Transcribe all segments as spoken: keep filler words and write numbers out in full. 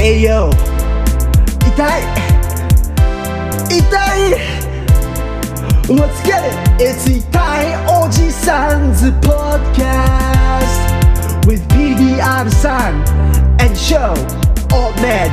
Hey yo 痛い痛い Let's get it It's 痛いおじさんズ Podcast With ピーディーアール さん And Show Old Man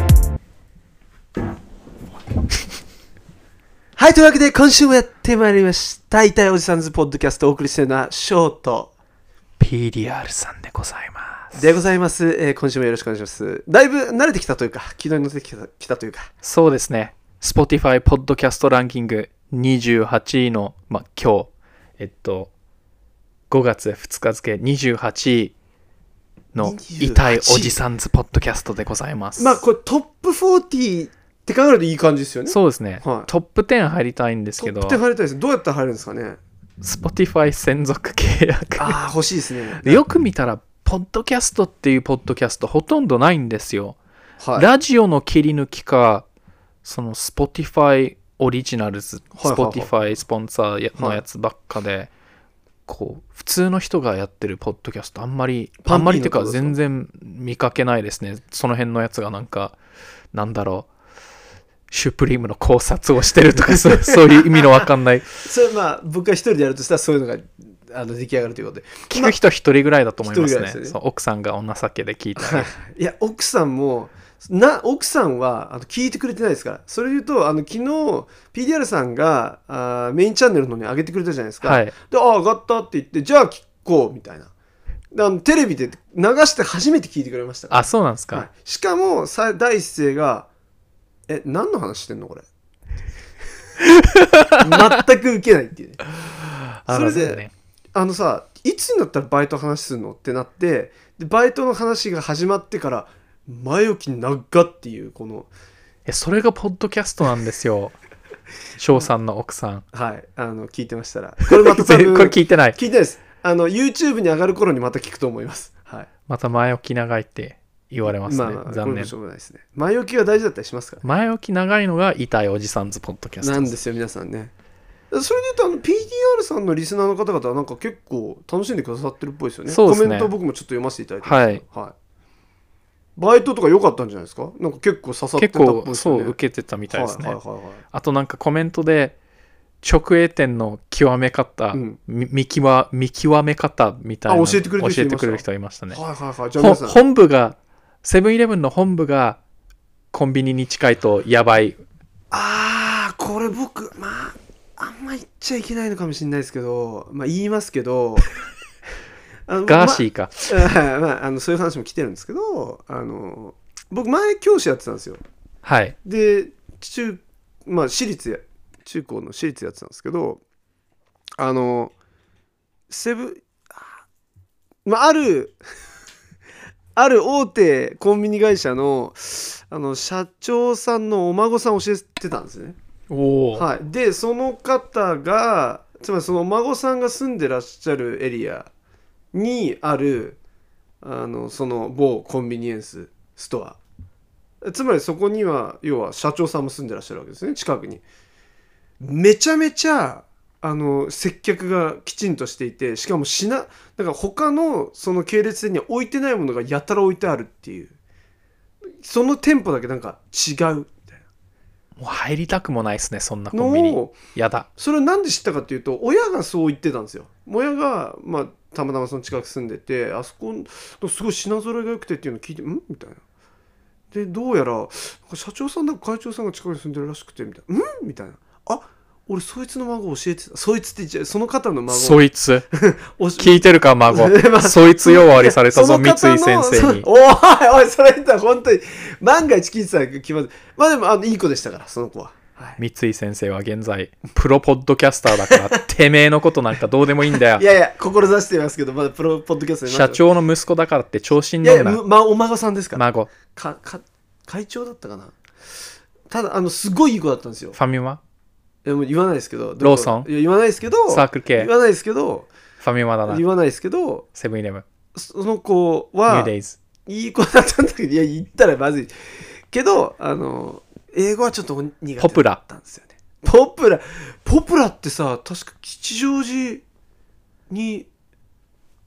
はい、というわけで今週もやってまいりました痛いおじさんズ Podcast をお送りしているのはショートピーディーアール さんでございますでございます、えー、今週もよろしくお願いします。だいぶ慣れてきたというか軌道に乗ってきた、きたというかそうですね Spotify ポッドキャストランキングにじゅうはちいの、まあ、今日えっとごがつふつか付にじゅうはちいの痛いおじさんズポッドキャストでございます。 まあこれトップフォーティーって考えるといい感じですよね。 そうですね、 はい、 トップテン入りたいんですけどトップテン入りたいです。どうやったら入るんですかね。 Spotify 専属契約ああ欲しいですね。 よく見たらポッドキャストっていうポッドキャストほとんどないんですよ、はい、ラジオの切り抜きかその Spotify オリジナルズ、はいはいはい、Spotify スポンサーのやつばっかで、はい、こう普通の人がやってるポッドキャストあんまりあんまりっていうか全然見かけないですね。その辺のやつがなんかなんだろうシュプリームの考察をしてるとかそういう意味のわかんないそれまあ僕が一人でやるとしたらそういうのがあの出来上がるということで聞く人一人ぐらいだと思いますね。 まあ、 そう奥さんがお情けで聞いたりいや奥さんもな奥さんはあの聞いてくれてないですから。それ言うとあの昨日 ピーディーアール さんがあメインチャンネルのに上げてくれたじゃないですか、はい、であ上がったって言ってじゃあ聞こうみたいなであのテレビで流して初めて聞いてくれましたから。 あそうなんですか、 はい、しかもさ第一声がえ何の話してんのこれ全く受けないっていうねそれで、ね、あのさいつになったらバイト話するのってなってでバイトの話が始まってから前置き長っていうこのえそれがポッドキャストなんですよ翔さんの奥さんはいあの聞いてましたらこれまた多分これ聞いてない聞いてないですあの YouTube に上がる頃にまた聞くと思います、はい、 また前置き長いって言われますね、 まあまあ、 残念。 しょうがないですね。前置きが大事だったりしますから、ね、 前置き長いのが痛いおじさんズポッドキャストなんですよ皆さんね。それで言うとあの ピーディーアール さんのリスナーの方々はなんか結構楽しんでくださってるっぽいですよね。 そうですね。 コメント僕もちょっと読ませていただいてます、はいはい、バイトとか良かったんじゃないですか。なんか結構刺さってたっぽいですよね。 結構そう受けてたみたいですね、 はいはいはいはい、あとなんかコメントで直営店の極め方、うん、見極、見極め方みたいな教えてくれる人いました。 教えてくれる人いましたね。 はいはいはい。じゃあ皆さん本部がセブンイレブンの本部がコンビニに近いとやばい。 あーこれ僕まああんま言っちゃいけないのかもしれないですけどまあ言いますけどあのガーシーか、 ままあ、あのそういう話も来てるんですけどあの僕前教師やってたんですよ。 はいで中まあ私立や中高の私立やってたんですけどあのセブまああるある大手コンビニ会社 の, あの社長さんのお孫さんを教えてたんですね。 お、 はい、でその方がつまりそのお孫さんが住んでらっしゃるエリアにあるあのその某コンビニエンスストアつまりそこには要は社長さんも住んでらっしゃるわけですね。近くにめちゃめちゃあの接客がきちんとしていてしかもしなだから他のその系列店には置いてないものがやたら置いてあるっていうその店舗だけなんか違うみたいな。もう入りたくもないですねそんなコンビニ。やだ。 それをなんで知ったかっていうと親がそう言ってたんですよ。親がまあたまたまその近く住んでてあそこすごい品揃えが良くてっていうのを聞いてんみたいな。でどうやら社長さんだか会長さんが近くに住んでるらしくてみたいな。んみたいな。あ俺そいつの孫教えてた。そいつって言っちゃうその方の孫そいつ聞いてるか孫そいつよわりされたぞ三井先生に。 おいおいそれ言ったら本当に万が一聞いてたら気まずい。まあでもあのいい子でしたからその子は、 はい、三井先生は現在プロポッドキャスターだからてめえのことなんかどうでもいいんだよ。 いやいや志してますけどまだプロポッドキャスター社長の息子だからって調子に乗るな。 いやいや、ま、お孫さんですから孫かか会長だったかな。ただあのすごいいい子だったんですよ。 ファミマいやもう言わないですけどローソンいや言わないですけどサークル系言わないですけどファミマだな言わないですけどセブンイレブンその子はニューデイズいい子だったんだけどいや言ったらまずいけどあの英語はちょっと苦手だったんですよね。ポプラポプラってさ確か吉祥寺に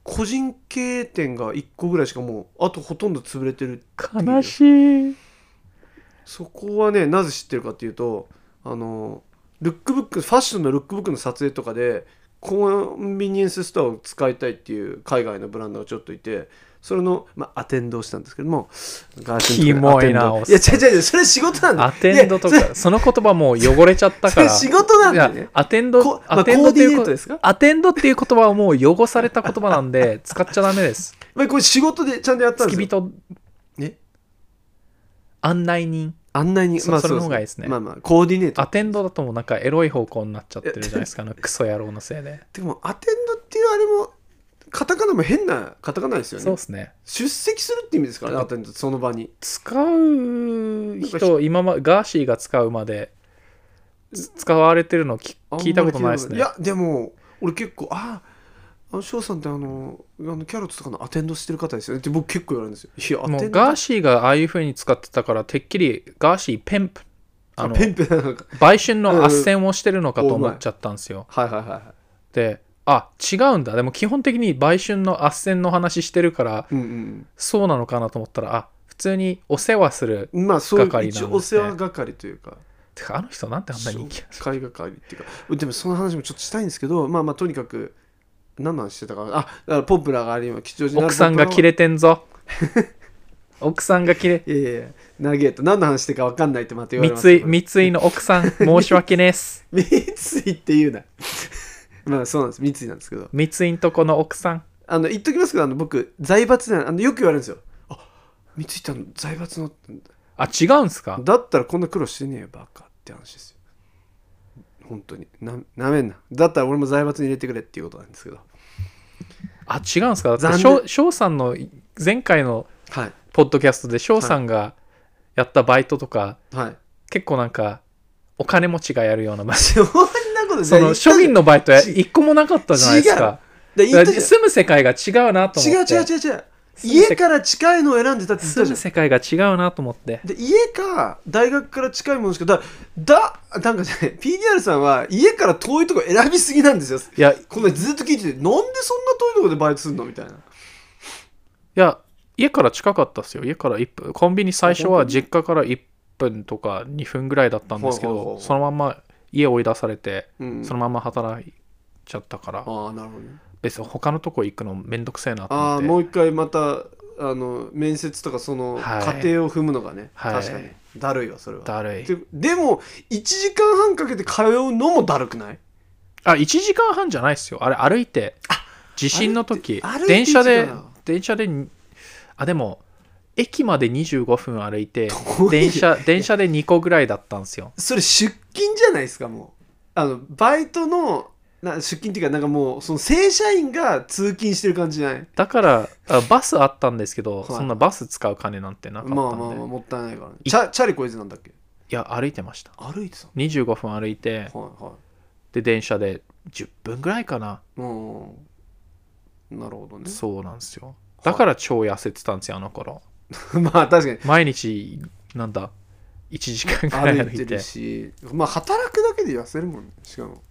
個人経営店がいっこぐらいしかもうあとほとんど潰れてるっていう。 悲しい。 そこはねなぜ知ってるかっていうと、あのルックブックファッションのルックブックの撮影とかでコンビニエンスストアを使いたいっていう海外のブランドがちょっといて、それの、まあ、アテンドをしたんですけども、ガーシキモいな。 いや違う違う、それ仕事なんだよ。 アテンドとかその言葉もう汚れちゃったから。 それ仕事なんだよね。 アテンド、 まあ、 アテンドっていうコーディネートですか？ アテンドっていう言葉はもう汚された言葉なんで使っちゃダメです。 まあこれ仕事でちゃんとやったんですよ。 付き人、 ね、 案内人。 案内人、まあ、 それの方がいいですね。 まあまあコーディネート。 アテンドだともうなんかエロい方向になっちゃってるじゃないですか、あのクソ野郎のせいで。 でもアテンドっていうあれもカタカナも変なカタカナですよね。 そうですね。 出席するって意味ですからね、アテンド、その場に使う人、今まガーシーが使うまで使われてるのき聞いたことないですね。 いやでも俺結構ああ翔さんってあのあのキャロットとかのアテンドしてる方ですよねって僕結構言われるんですよ。いやアテンドもうガーシーがああいう風に使ってたからてっきりガーシーペンプあのペンペンなんか売春の斡旋をしてるのかと思っちゃったんですよ。 はいはいはいはい。 で、あ違うんだ。でも基本的に売春の斡旋の話してるから、 うんうん、 そうなのかなと思ったら、あ普通にお世話する係なんですね。 まあそういう一応お世話係というか。 てかあの人なんてあんな人気なの？ 会係っていうか、でもその話もちょっとしたいんですけど、まあまあとにかく何の話してたかな。あだからポプラがある今吉祥寺奥さんがキレてんぞ。奥さんがキレ。 いやいやいや長えと何の話してか分かんないってまた言われます。 三井三井の奥さん申し訳ねえっす。 三井って言うな。まあそうなんです、三井なんですけど、 三井んとこの奥さんあの言っときますけど、あの僕財閥であのよく言われるんですよ。あ三井ってあの財閥のあ違うんすか？ だったらこんな苦労してねえよバカって話ですよ。本当に な, なめんな。だったら俺も財閥に入れてくれっていうことなんですけど。 あ違うんすか？だって翔翔さんの前回のポッドキャストで翔さんがやったバイトとか、 はい、 結構なんかお金持ちがやるようなバイト。 そんなことその庶民のバイト一個もなかったじゃないですか。住む世界が違うなと思って。 違う違う違う違う。家から近いのを選んでたって言ったじゃん。 住む世界が違うなと思って。 で家か大学から近いものしかだだなんかじゃない ピーディーアール さんは家から遠いとこ選びすぎなんですよ。いやこのずっと聞いててなんでそんな遠いとこでバイトするのみたいな。いや家から近かったっすよ。家からいっぷん。コンビニ最初は実家からいっぷんとかにふんぐらいだったんですけど、そのまんま家追い出されて、うん、そのまま働いちゃったから。 ああなるほどね。 別に他のとこ行くのめんどくせえなと思って。 ああもう一回またあの面接とかその過程を踏むのがね、はい、確かにだるいわそれは。 だるい。 で, でもいちじかんはんかけて通うのもだるくない？ あいちじかんはんじゃないっすよ。あれ歩いて地震の時電車で電車であでも駅までにじゅうごふん歩いて電車電車でにこぐらいだったんですよ。 それ出勤じゃないですか。もうあのバイトのな出勤っていうかなんかもうその正社員が通勤してる感じじゃない？ だからあバスあったんですけど、はい、そんなバス使う金なんてなかったんで。 まあまあまあもったいないからね。チャ, チャリこいつなんだっけ？ いや歩いてました。 歩いてたにじゅうごふん歩いて、 はいはい、 で電車でじゅっぷんぐらいかな。 うんなるほどね。 そうなんですよ。だから超痩せてたんですよあの頃。 まあ確かに毎日なんだいちじかんぐらい歩いて、 歩いてるし、まあ働くだけで痩せるもんね。しかも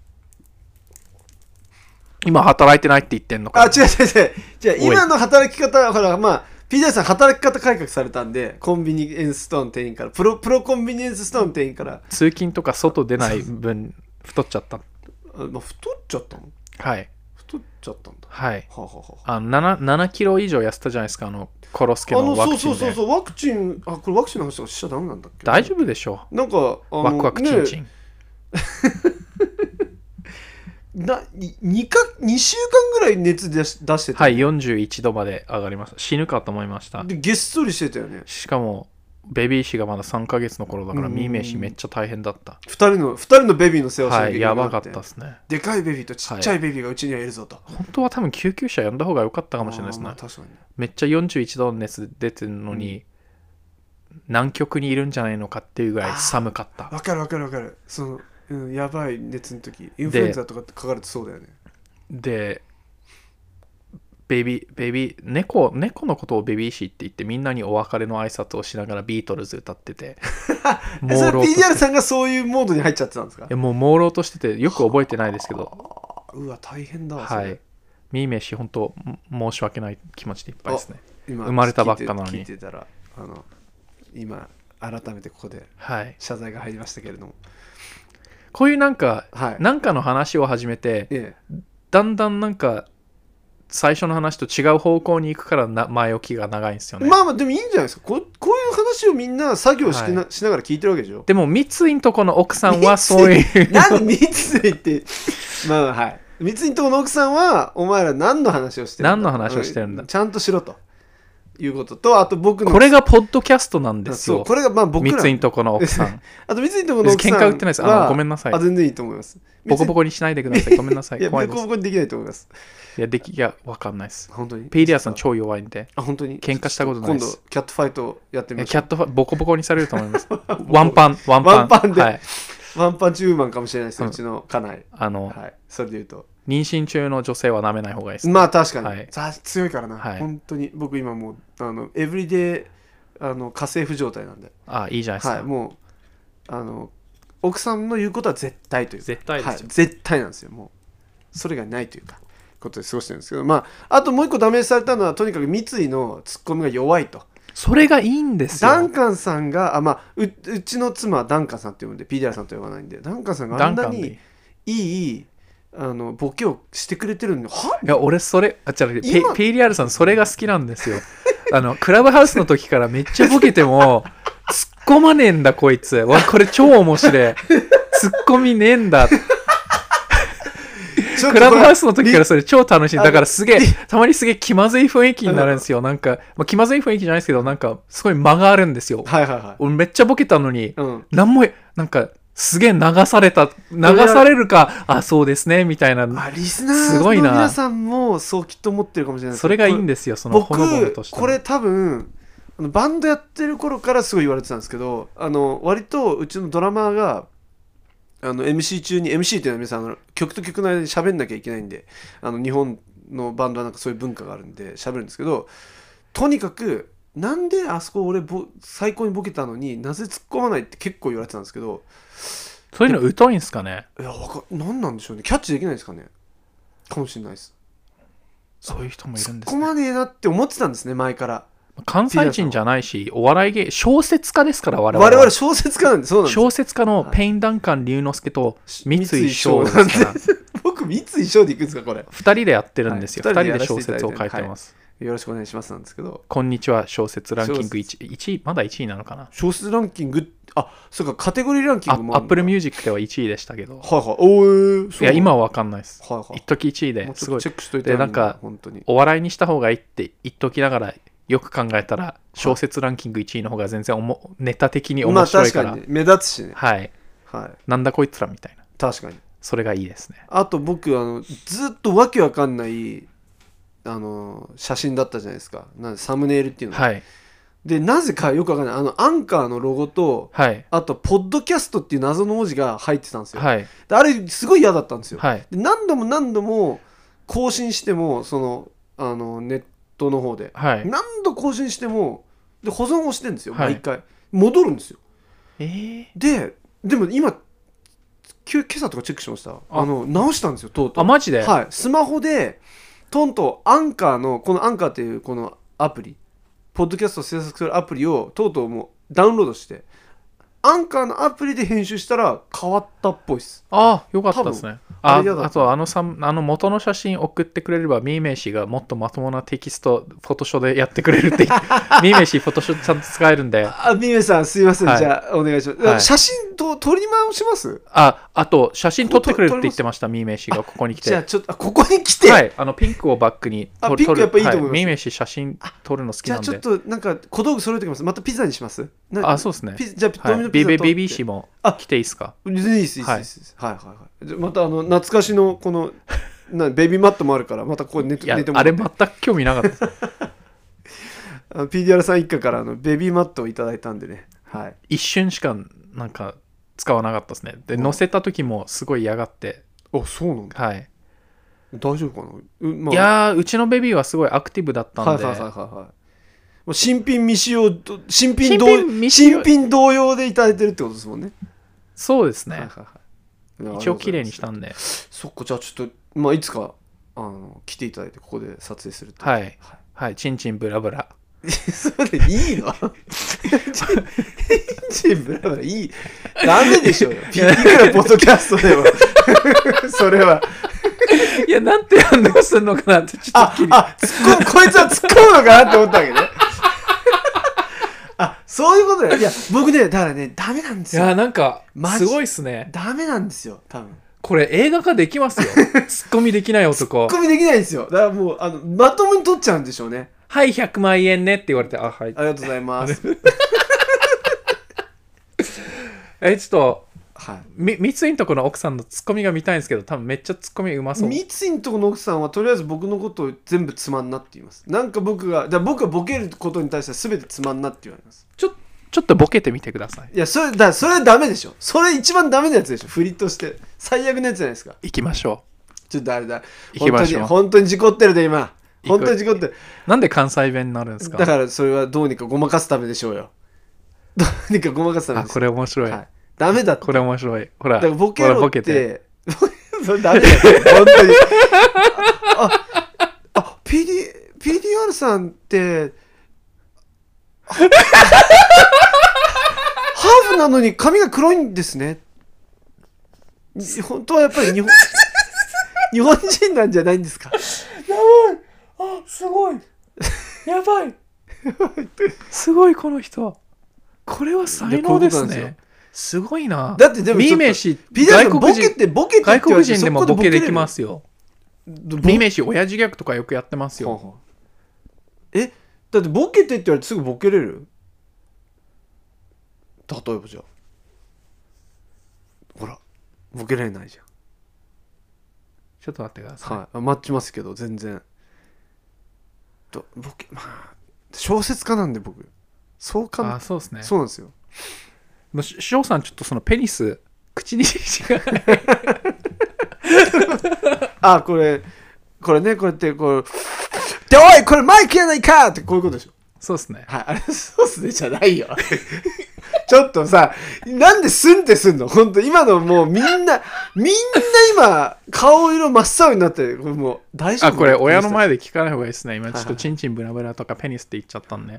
今働いてないって言ってんのか。 あ違う違う違うじゃあ今の働き方ほらまあ ピーディーアール さん働き方改革されたんで、コンビニエンスストアの店員からプロプロコンビニエンスストアの店員から通勤とか外出ない分太っちゃった。 あ、まあ、太っちゃったの？ はい。 太っちゃったんだ。 はい。 はあはあ、 あの 7, 7キロ以上痩せたじゃないですか、あのコロスケのワクチンで。 そうそうそうそうワクチンあこれワクチンの話とかしちゃダメなんだっけ？ 大丈夫でしょう。なんかあのワクワクチンチン。ねな 2, かにしゅうかんぐらい熱出し出してた、 はい、よんじゅういちどまで上がりました。死ぬかと思いました。 でげっそりしてたよね。 しかもベビーシがまださんかげつの頃だからミーメーシめっちゃ大変だった。 ふたりのふたりのベビーの世話しなきゃいけなくて、 はい、やばかったですね。 でかいベビーとちっちゃいベビーがうちにはいるぞと、 はい、本当は多分救急車呼んだ方が良かったかもしれないですね。 まあ確かにめっちゃよんじゅういちどの熱出てるのに、うん、南極にいるんじゃないのかっていうぐらい寒かった。 わかるわかるわかる。その、うん、やばい熱の時インフルエンザとかってかかるとそうだよね。 でベビーベビー 猫, 猫のことをベビーシーって言ってみんなにお別れの挨拶をしながらビートルズ歌っててそれ ピーディーアール さんがそういうモードに入っちゃってたんですか？ いやもう朦朧としててよく覚えてないですけど、 うわ大変だわ。 はい、 ミーメイ氏本当申し訳ない気持ちでいっぱいですね。 今生まれたばっかなのに聞いて、聞いてたらあの今改めてここで謝罪が入りましたけれども、はい、 こういうなんか、 はい、 なんかの話を始めて、ええ、だんだんなんか最初の話と違う方向に行くからな前置きが長いんですよね。 まあまあでもいいんじゃないですか。こ う, こういう話をみんな作業しな、はい、しながら聞いてるわけでしょ。 でも三井んとこの奥さんはそういう何三井ってまあはい三井んとこの奥さんはお前ら何の話をしてるんだ、 何の話をしてるんだ、 ちゃんとしろということと、あと僕のこれがポッドキャストなんですよ。 そうこれがまあ僕ら三井んとこの奥さんあと三井んとこの奥さんは喧嘩売ってないです。あのごめんなさい。 あ全然いいと思います。 ボコボコにしないでください。ごめんなさい。 いや怖いです。 ボコボコにできないと思います。 いやできいやわかんないです。 本当に。 ペイリアさん超弱いんで。 あ本当に。 喧嘩したことないです。 今度キャットファイトやってみましょう。 キャットファボコボコにされると思います。ワンパンワンパンワンパンで、 はい、 ワンパンチウーマンかもしれないです、うん、うちの家内。 あの、 はい、それで言うと妊娠中の女性は舐めない方がいいです、ね。 まあ確かに、 はい、 強いからな、はい、本当に僕今もうあのエブリデイあの家政婦状態なんで。 あいいじゃないですか。 はい、もうあの奥さんの言うことは絶対という絶対ですよ、はい、 絶対なんですよ。もうそれがないというかことで過ごしてるんですけど、まああともう一個ダメージされたのはとにかく三井のツッコミが弱いと。 それがいいんですよ。 ダンカンさんがあ、まあ、う, うちの妻はダンカンさんって呼ぶんで ピーディーアール さんと呼ばないんで、ダンカンさんがあんなにいいあのボケをしてくれてるんで、はいや俺それあ違う ピーディーアール さんそれが好きなんですよ。あのクラブハウスの時からめっちゃボケても突っ込まねえんだこいつ。わこれ超面白い。突っ込みねえんだ。クラブハウスの時からそれ超楽しい。だからすげえたまにすげえ気まずい雰囲気になるんですよ。なんか、まあ、気まずい雰囲気じゃないですけど、なんかすごい間があるんですよ。 はいはいはい、 俺めっちゃボケたのに、 うん、 なんもなんかすげえ流された流されるかあそうですねみたいな。 あリスナーの皆さんもそうきっと思ってるかもしれないです。 それがいいんですよ。そのほのぼのとした僕これ多分バンドやってる頃からすごい言われてたんですけど、あの割とうちのドラマーがあの エムシー 中に エムシー っていうのは皆さんあの曲と曲の間に喋んなきゃいけないんで、あの日本のバンドはなんかそういう文化があるんで喋るんですけど、とにかくなんであそこ俺ボ最高にボケたのになぜ突っ込まないって結構言われてたんですけど、 そういうの疎いんすかね。 いやわか何なんでしょうね。キャッチできないですかね。かもしれないです。 そういう人もいるんですね。突っ込まねえなって思ってたんですね前から。 関西人じゃないしお笑い芸小説家ですから我々は。 我々小説家なんで。そうなんです。 小説家のペインダンカン龍之介と三井翔ですから。 僕三井翔で行くんですかこれ。 ふたりでやってるんですよ。はい、ふたりで小説を書いてます、 はい、よろしくお願いしますなんですけど、 こんにちは小説ランキングいちい、いちいまだいちいなのかな。 小説ランキング、あそうかカテゴリーランキングもアップルミュージックではいちいでしたけど、 はいはい、おー、 いや今は分かんないです。 はいはい、 一時いちいですごいチェックしといてでなんかお笑いにした方がいいって言っときながらよく考えたら小説ランキングいちいの方が全然おもネタ的に面白いから、まあ、 確かに、ね、目立つしね、 はい、はい、なんだこいつらみたいな。 確かにそれがいいですね。 あと僕あのずっとわけわかんないあの写真だったじゃないですか。なんでサムネイルっていうの、 はい、でなぜかよくわかんないあのアンカーのロゴと、 はい、 あとポッドキャストっていう謎の文字が入ってたんですよ、 はい、 であれすごい嫌だったんですよ、 はい、 で何度も何度も更新してもそのあのネットの方で、はい、何度更新してもで保存をしてるんですよ、はい、毎回戻るんですよ、 えー、 ででも今今朝とかチェックしました。 あ, あの直したんですよとうとう。 あマジで。 はい、スマホでトンとアンカーのこのアンカーっていうこのアプリポッドキャストを制作するアプリをとうとうもうダウンロードしてアンカーのアプリで編集したら変わったっぽいです。 ああよかったですね。あ, あとあのさあの元の写真送ってくれればミーメイ氏がもっとまともなテキストフォトショーでやってくれるってミーメイ氏フォトショーちゃんと使えるんで。 あミーメイさんすいません、はい、じゃあお願いします、はい、写真と撮り直します。 ああと写真撮ってくれるって言ってましたミーメイ氏がここに来て。 じゃあちょっとあここに来て、 はい、あのピンクをバックに撮る。あピンクやっぱいいと思います、はい、 ミーメイ氏写真撮るの好きなんで。 じゃあちょっとなんか小道具揃えておきます。またピザにします。 あそうですね。 じゃあドミノピザと、はい、ベビー氏も来ていいですか。 いいですいいです、はい、はいはいはい。またあの懐かしのこのなベビーマットもあるからまたここ寝てもらって。 あれ全く興味なかったあの ピーディーアール さん一家からあのベビーマットをいただいたんでね、はい、 一瞬しかなんか使わなかったですね。で乗せた時もすごい嫌がって。 あそうなんだ。 はい大丈夫かな、う、まあ、 いやうちのベビーはすごいアクティブだったんで、 はいはいはいはい、新品未使用新品同新品同様でいただいてるってことですもんね。 そうですね、 はいはいはい、 一応綺麗にしたんで。 そっかじゃあちょっとまあいつかあの来ていただいてここで撮影すると。 はいはい、はい、チンチンブラブラそれいいのチンチンブラブラいいダメでしょうよいくらポッドキャストでもそれはいやなんて反応するのかなってちょっと気にああ突っ込むこいつは突っ込むのかなって思ったわけねあそういうことだよ。いや僕ねだからねダメなんですよ。 いやなんかすごいっすね。 ダメなんですよ多分。 これ映画化できますよツッコミできない男。 ツッコミできないんですよ。だからもうあのまともに取っちゃうんでしょうね。 はいひゃくまんえんねって言われてあはいありがとうございますえちょっと、 はい、 み三井んとこの奥さんのツッコミが見たいんですけど多分めっちゃツッコミうまそう。 三井んとこの奥さんはとりあえず僕のことを全部つまんなって言います。なんか僕がだから僕がボケることに対しては全てつまんなって言われます。 ちょちょっとボケてみてください。 いやそれだそれダメでしょ。それ一番ダメなやつでしょ。振りとして最悪なやつじゃないですか。 行きましょう。ちょっと誰だ行きましょう。 本当に事故ってるで今本当に事故ってる。 なんで関西弁になるんですか。 だからそれはどうにかごまかすためでしょうよ。どうにかごまかすためでしょう。 あこれ面白い、はい、 ダメだって。 これ面白い。ほらだからボケろってボケてそれダメだよ本当にああ ピーディー ピーディーアール さんってハーフなのに髪が黒いんですね。本当はやっぱり日本日本人なんじゃないんですか。やばいあすごいやばいすごいこの人これは才能ですね。すごいな。 だってでもミーメイシ外国人ってボケて外国人でもボケできますよ。ミーメイシ親父ギャグとかよくやってますよ。ははえだってボケてって言われてすぐボケれる。例えばじゃあほらボケれないじゃん。 ちょっと待ってください。 はい、待ちますけど全然とボケまあ小説家なんで僕そうかあそうですね。 そうなんですよ。 翔さんちょっとそのペニス口にしがないあこれこれねこうやってこうでおいこれマイクやないかってこういうことでしょ。 そうですね。 はいあれそうっすねじゃないよちょっとさなんでスンってすんの本当今のもうみんなみんな今顔色真っ青になってこれもう大丈夫。 あこれ親の前で聞かない方がいいですね。今ちょっとチンチンブラブラとかペニスって言っちゃったんで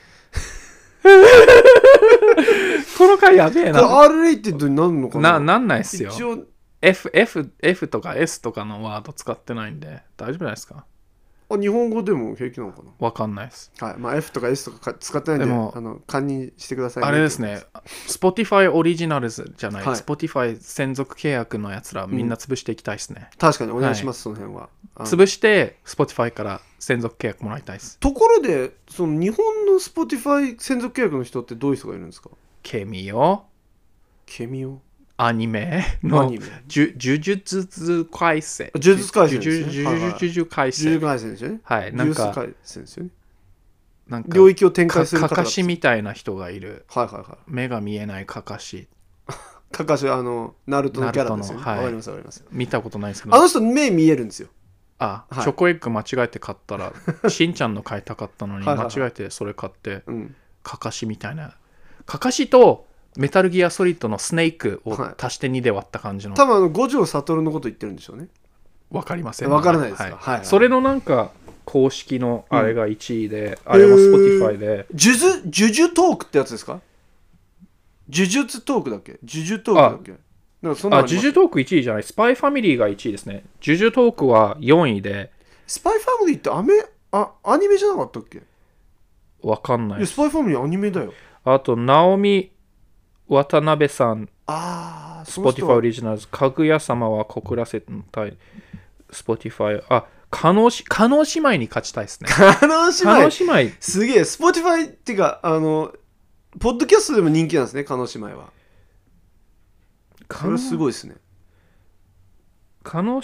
この回やべえな。 これ R レイテッドになるのかな。 ななんないっすよ。一応 F, F, F とか S とかのワード使ってないんで大丈夫じゃないですか。 あ日本語でも平気なのかな。 わかんないです。 はいまあ F とか S とか使ってないんで、でもあの堪忍してください、ね。 あれですね Spotify オリジナルズじゃない、はい、Spotify 専属契約のやつらみんな潰していきたいですね、 うん、確かにお願いします、はい、その辺は潰して Spotify から専属契約もらいたいです。 ところでその日本の Spotify 専属契約の人ってどういう人がいるんですか。 ケミオケミオアニメの呪術廻戦呪術廻戦ですね。呪術廻戦呪術廻戦ですよね。 はいなんか呪術廻戦ですよね。 なんか領域を展開する方かかしみたいな人がいる。 はいはいはい。 目が見えないかかし。 かかしあのナルトのキャラですよね。わ、はい、かりますわかります。 見たことないですけど。 あの人目見えるんですよ。 あ、はい、チョコエッグ間違えて買ったらしんちゃんの買いたかったのに間違えてそれ買ってかかしみたいなかかしとメタルギアソリッドのスネークを足してにで割った感じの、 はい、多分あの五条悟のこと言ってるんでしょうね。 わかりません、 わからないですか、 はいはいはい、 それのなんか公式のあれがいちいで、うん、あれも Spotify でジュズジュジュトークってやつですか。呪術トークだっけジュジュトークだっけ。なんかそんなあ、ジュジュトークいちいじゃない。スパイファミリーがいちいですね。ジュジュトークはよんいで。 スパイファミリーってアメあアニメじゃなかったっけ。 わかんない。 いやスパイファミリーアニメだよ。 あとナオミ渡辺さん、 あー Spotify オリジナルズ、かぐや様は告らせたい Spotify、あ、加納し加納姉妹に勝ちたいですね。 加納姉妹。 加納姉妹すげえ Spotify っていうかあのポッドキャストでも人気なんですね。加納姉妹は。これすごいですね。 加納姉妹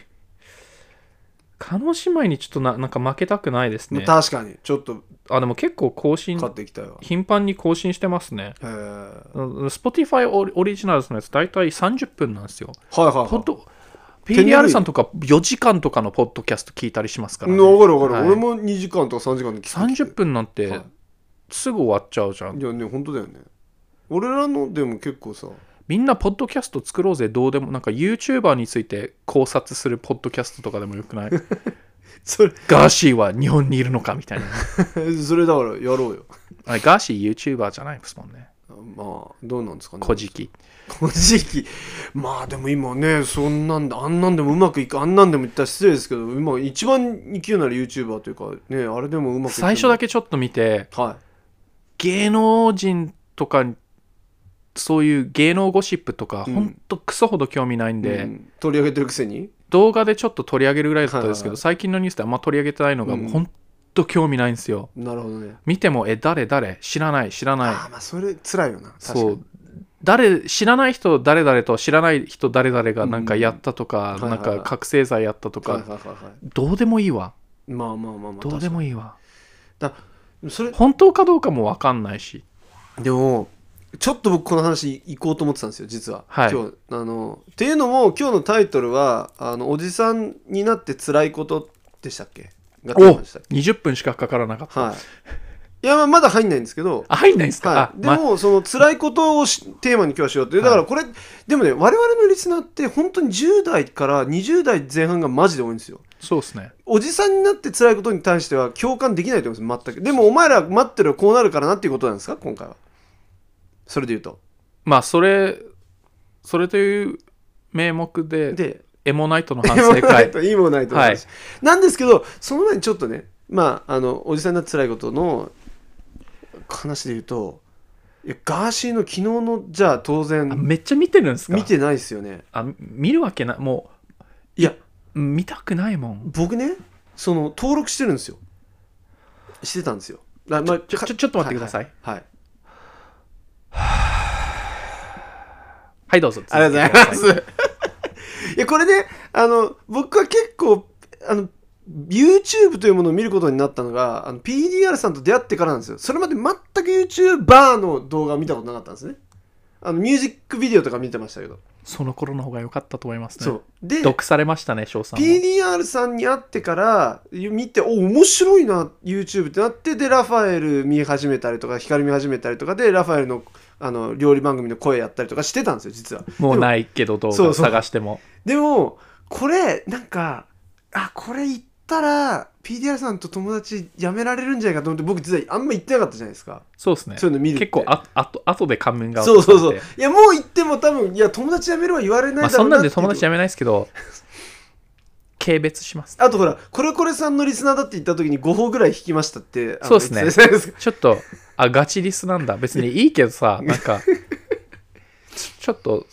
加納姉妹にちょっと な, なんか負けたくないですね。 確かにちょっとあでも結構更新買ってきたよ。 頻繁に更新してますね。 へー Spotify オリジナルのやつ大体さんじゅっぷんなんですよ。 はいはい、はい、 ポッド ピーディーアール さんとかよじかんとかのポッドキャスト聞いたりしますからね。 分かる分かる、 はい、 俺もにじかんとかさんじかんで聞く。 さんじゅっぷんなんて、はい、すぐ終わっちゃうじゃん。 いやね本当だよね。俺らのでも結構さみんなポッドキャスト作ろうぜ。どうでもなんか YouTuber について考察するポッドキャストとかでもよくない？それガーシーは日本にいるのかみたいな。 それだからやろうよ。 あれガーシー YouTuber じゃないですもんね。 まあどうなんですかね。 古事記。 古事記。まあでも今ね、そんなんであんなんでもうまくいく、あんなんでも言ったら失礼ですけど、今一番勢いなる YouTuber というかね、あれでもうまくいく。 最初だけちょっと見て、 はい、 芸能人とかそういう芸能ゴシップとか、うん、ほんとクソほど興味ないんで、うん、 取り上げてるくせに動画でちょっと取り上げるぐらいだったんですけど、はいはいはい、最近のニュースであんま取り上げてないのが、うん、もうほんと興味ないんですよ。 なるほどね。 見てもえ誰誰知らない知らない。 ああまあそれ辛いよな。確かに。 そう誰知らない人誰々と知らない人誰々がなんかやったとか、うん、なんか覚醒剤やったとか、はいはいはいはい、どうでもいいわ。 まあまあまあまあどうでもいいわ。 だそれ本当かどうかも分かんないし。 でもちょっと僕この話行こうと思ってたんですよ実は、 はい、 今日あのっていうのも今日のタイトルはあのおじさんになって辛いことでしたっけがテーマでしたっけ。 にじゅっぷんしかかからなかった、 はい、いやまだ入んないんですけど。 あ入んないんですか、 はい、でも、ま、その辛いことをテーマに今日はしようってだからこれ、はい、でもね我々のリスナーって本当にじゅう代からにじゅう代前半がマジで多いんですよ。 そうですね。 おじさんになって辛いことに対しては共感できないと思います全く。でもお前ら待ってるこうなるからなっていうことなんですか今回は。それで言うとまあそれそれという名目ででエモナイトの反省会エモナイトの話、はい、なんですけどその前にちょっとねまああのおじさんになって辛いことの話で言うといやガーシーの昨日のじゃあ当然めっちゃ見てるんですか。 見てないですよね。 あ見るわけなもういや見たくないもん。 僕ねその登録してるんですよ。してたんですよ。あ、まあ、 ちょちょちょっと待ってください。 はい、はいはいどうぞ。 ありがとうございます。いやこれねあの僕は結構あの YouTube というものを見ることになったのがあの ピーディーアール さんと出会ってからなんですよ。それまで全く YouTuber の動画を見たことなかったんですね。あのミュージックビデオとか見てましたけどその頃の方が良かったと思いますね。 そうで毒されましたね翔さんも。 ピーディーアール さんに会ってから見てお面白いな YouTube ってなってでラファエル見始めたりとか光見始めたりとかでラファエルのあの料理番組の声やったりとかしてたんですよ実は。 もうないけど動画探しても。 でもこれなんかあこれ言ったら ピーディーアール さんと友達やめられるんじゃないかと思って僕実はあんま言ってなかったじゃないですか。 そうですね。 そういうの見るって結構ああと後でカミングアウトされて。そうそうそういやもう言っても多分いや友達やめるは言われないだろうなって、 まあ、そんなんで友達やめないですけど軽蔑します。 あとほらコレコレさんのリスナーだって言った時にごほうぐらい引きましたって。 そうですね。ちょっとあガチリスなんだ別にいいけどさなんかちょっと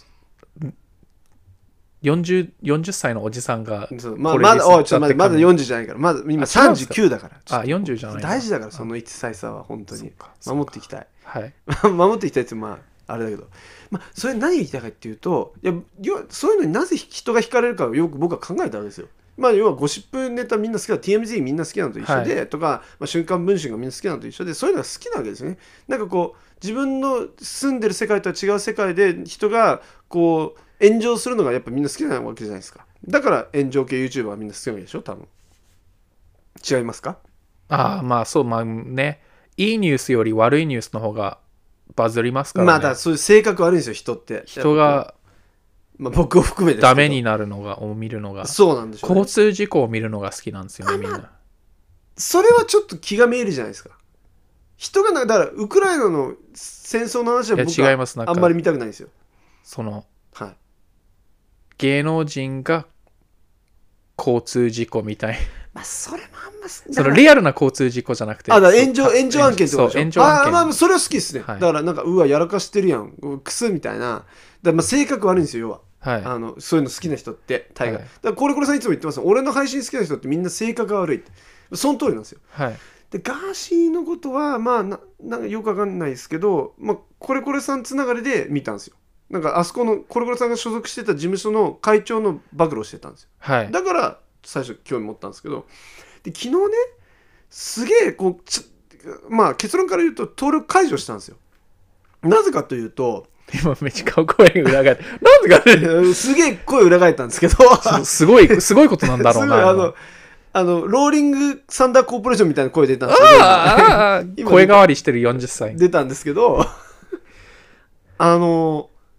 よんじゅう、よんじゅっさいのおじさんがまあ、まだおいちょっと待ってまだよんじゅうじゃないからまだ今さんじゅうきゅうだから。 あよんじゅうじゃない大事だからその一歳差は本当に守っていきたい。 はい守っていきたいってまああれだけどまあそれ何言いたいかっていうといやそういうのになぜ人が惹かれるかをよく僕は考えたわけですよ。まあ要はゴシップネタみんな好きだ ティーエムゼット みんな好きなのと一緒で、はい、とか、まあ、瞬間文春がみんな好きなのと一緒でそういうのが好きなわけですよね。なんかこう自分の住んでる世界とは違う世界で人がこう炎上するのがやっぱみんな好きなわけじゃないですか。だから炎上系 YouTuber はみんな好きなわけでしょ多分。違いますか。 ああまあそうまあねいいニュースより悪いニュースの方がバズりますからね。 まあだそういう性格悪いんですよ人って。 人がまあ、僕を含めてダメになるのがを見るのがそうなんでしょう、ね、 交通事故を見るのが好きなんですよねみんな。 それはちょっと気が見えるじゃないですか。人がだからウクライナの戦争の話は僕はあんまり見たくないんですよ。 その、 はい、 芸能人が交通事故みたいまあそれもあんまそのリアルな交通事故じゃなくてあだ炎上炎上案件ってことでしょ。 そう炎上案件あまあそれは好きですね、はい、だからなんかうわやらかしてるやんクスみたいなだまあ性格悪いんですよ要は。はい、あのそういうの好きな人って大概、はい、だからこれこれさんいつも言ってます俺の配信好きな人ってみんな性格が悪いってその通りなんですよ、 はい、 でガーシーのことはまあ な, なんかよくわかんないですけど、まあ、これこれさんつながりで見たんですよ。なんかあそこのこれこれさんが所属してた事務所の会長の暴露をしてたんですよ、 はい、 だから最初興味持ったんですけどで昨日ねすげえこうちまあ結論から言うと登録解除したんですよ。なぜかというと今めっちゃ顔声裏返ってなんでかねすげえ声裏返ったんですけどすごいすごいことなんだろうなあのあのローリングサンダーコーポレーションみたいな声出たんですけど声変わりしてるよんじゅっさい出たんですけどあの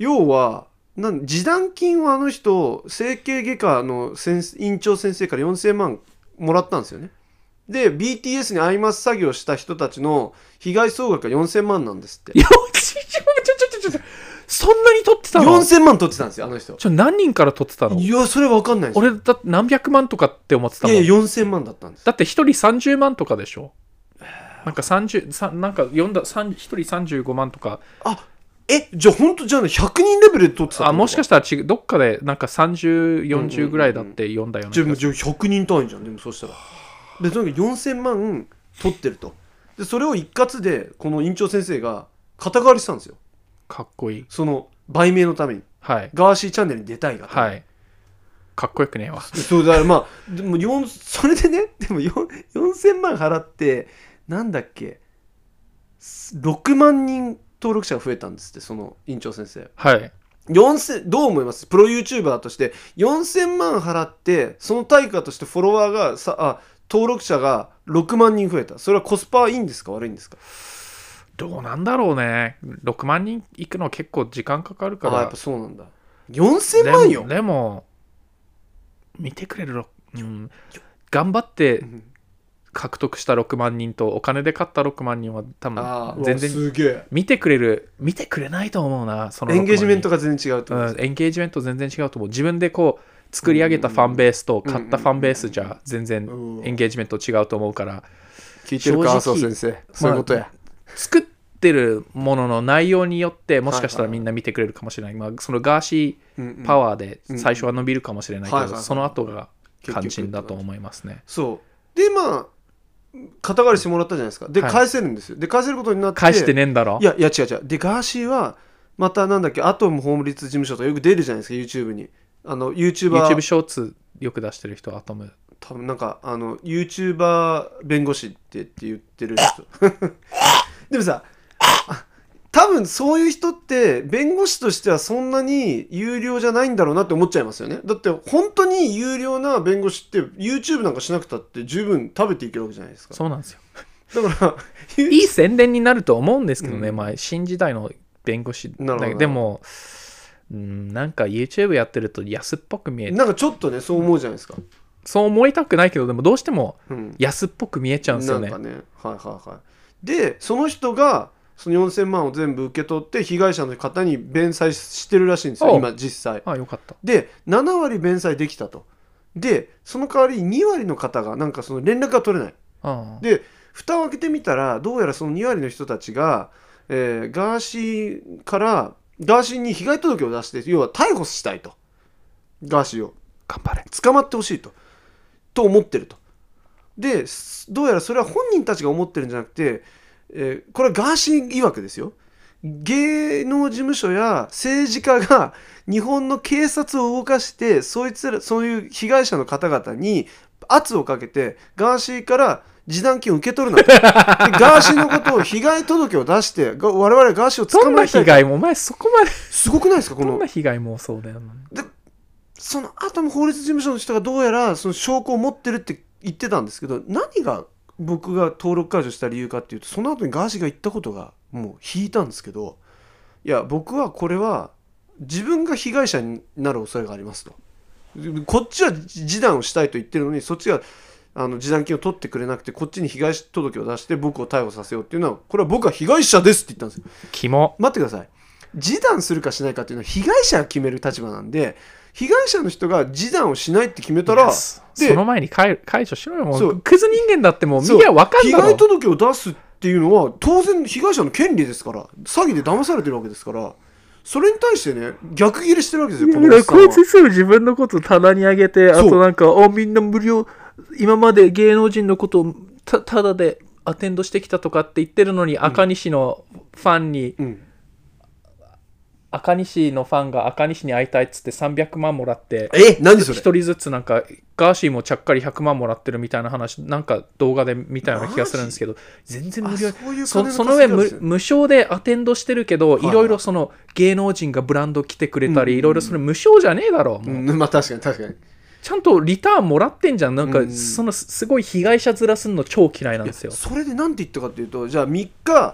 要はなん示談金をあの人整形外科の先院長先生からよんせんまんもらったんですよね。で ビーティーエス にアイマス作業した人たちの被害総額がよんせんまんなんですって。 よちちょちょちょちょそんなに取ってたの？ よんせんまん取ってたんですよあの人。 ちょ何人から取ってたの？ いやそれ分かんないです。 俺だって何百万とかって思ってたもん。 いやよんせんまんだったんです。 だって一人さんじゅうまんとかでしょ。なんかさんじゅうさなんか読んだ一人さんじゅうごまんとか。 あえじゃあ本当じゃあひゃくにんレベルで取ってたの？ あもしかしたら違うどっかでなんかさんじゅう、よんじゅうぐらいだって読んだよね。 じゃあじゃあひゃくにん単位じゃん。でもそうしたらでとにかくよんせんまん取ってると。でそれを一括でこの院長先生が肩代わりしたんですよ。 かっこいい。 その売名のために、 はい、 ガーシーチャンネルに出たいが、 はい、かっこよくねえわ。 そうだからまあでもよんそれでねでもよんせんまん払ってなんだっけろくまんにん登録者が増えたんですってその院長先生。 はいよんせんどう思います？プロ YouTuber としてよんせんまん払ってその対価としてフォロワーがさあ登録者がろくまんにん増えた。それはコスパいいんですか悪いんですか？ どうなんだろうね。ろくまんにんいくの結構時間かかるから。 あやっぱそうなんだ。よんせんまんよ。 でも、でも見てくれる、うん、頑張って獲得したろくまんにんとお金で買ったろくまんにんは多分全然見てくれる見てくれないと思うな。そのエンゲージメントが全然違うと思う、 うん、エンゲージメント全然違うと思う。自分でこう作り上げたファンベースと買ったファンベースじゃ全然エンゲージメント違うと思うから。 聞いてるか麻生先生そういうことや、まあ、作ってるものの内容によってもしかしたらみんな見てくれるかもしれない、はいはい、まあ、そのガーシーパワーで最初は伸びるかもしれないけど、その後が肝心だと思いますね。 そうでまあ肩代わりしてもらったじゃないですか。で、はい、返せるんですよ。で返せることになって返してねえんだろ。 いやいや違う違う。でガーシーはまたなんだっけアトム法律事務所とかよく出るじゃないですか YouTube に。あの YouTuber YouTube ショーツよく出してる人アトム多分なんかあの YouTuber 弁護士ってって言ってる人でもさ多分そういう人って弁護士としてはそんなに有料じゃないんだろうなって思っちゃいますよね。だって本当に有料な弁護士って YouTube なんかしなくたって十分食べていけるわけじゃないですか。 そうなんですよ。 だからいい宣伝になると思うんですけどね、うん、まあ新時代の弁護士だけどでもうん、なんか YouTube やってると安っぽく見えてなんかちょっとねそう思うじゃないですか。 そう思いたくないけどでもどうしても安っぽく見えちゃうんですよね、 うん、なんかねはいはいはい。でその人がそのよんせんまんを全部受け取って被害者の方に弁済してるらしいんですよ今実際。 ああよかった。 でななわり弁済できたと。でその代わりにわりの方がなんかその連絡が取れない。 ああで蓋を開けてみたらどうやらそのにわりの人たちが、えー、ガーシーからガーシーに被害届を出して要は逮捕したいと。ガーシーを頑張れ捕まってほしいとと思ってると。でどうやらそれは本人たちが思ってるんじゃなくて、えー、これはガーシー曰くですよ。芸能事務所や政治家が日本の警察を動かしてそいつらそういう被害者の方々に圧をかけてガーシーから示談金を受け取るなと。でガーシーのことを被害届を出して我々ガーシーを捕まえたい。 どんな被害もお前そこまですごくないですかこの。 どんな被害もそうだよな。 でその後も法律事務所の人がどうやらその証拠を持ってるって言ってたんですけど何が僕が登録解除した理由かっていうとその後にガーシーが言ったことがもう引いたんですけどいや僕はこれは自分が被害者になる恐れがありますと。こっちは示談をしたいと言ってるのにそっちがあの示談金を取ってくれなくてこっちに被害届を出して僕を逮捕させようっていうのはこれは僕は被害者ですって言ったんですよ。 キモ。 待ってください。示談するかしないかっていうのは被害者が決める立場なんで被害者の人が示談をしないって決めたら、 その前に解除しろよ。もうクズ人間だってもう見りゃ分かんだろ。 被害届を出すっていうのは当然被害者の権利ですから詐欺で騙されてるわけですからそれに対してね逆ギレしてるわけですよ。このこいつすぐ自分のこと棚に上げてあとなんかあみんな無料今まで芸能人のことを た, ただでアテンドしてきたとかって言ってるのに、うん、赤西のファンに、うん赤西のファンが赤西に会いたいっつってさんびゃくまんもらってえ何それひとりずつなんかガーシーもちゃっかりひゃくまんもらってるみたいな話なんか動画で見たような気がするんですけど全然無料 そ, その上 無, 無償でアテンドしてるけど、はい、いろいろその芸能人がブランド来てくれたり、うん、いろいろそれ無償じゃねえだろう、うん、 まあ確かに確かにちゃんとリターンもらってんじゃん。なんか、うん、そのすごい被害者面するの超嫌いなんですよ。 それでなんて言ったかっていうとじゃあみっか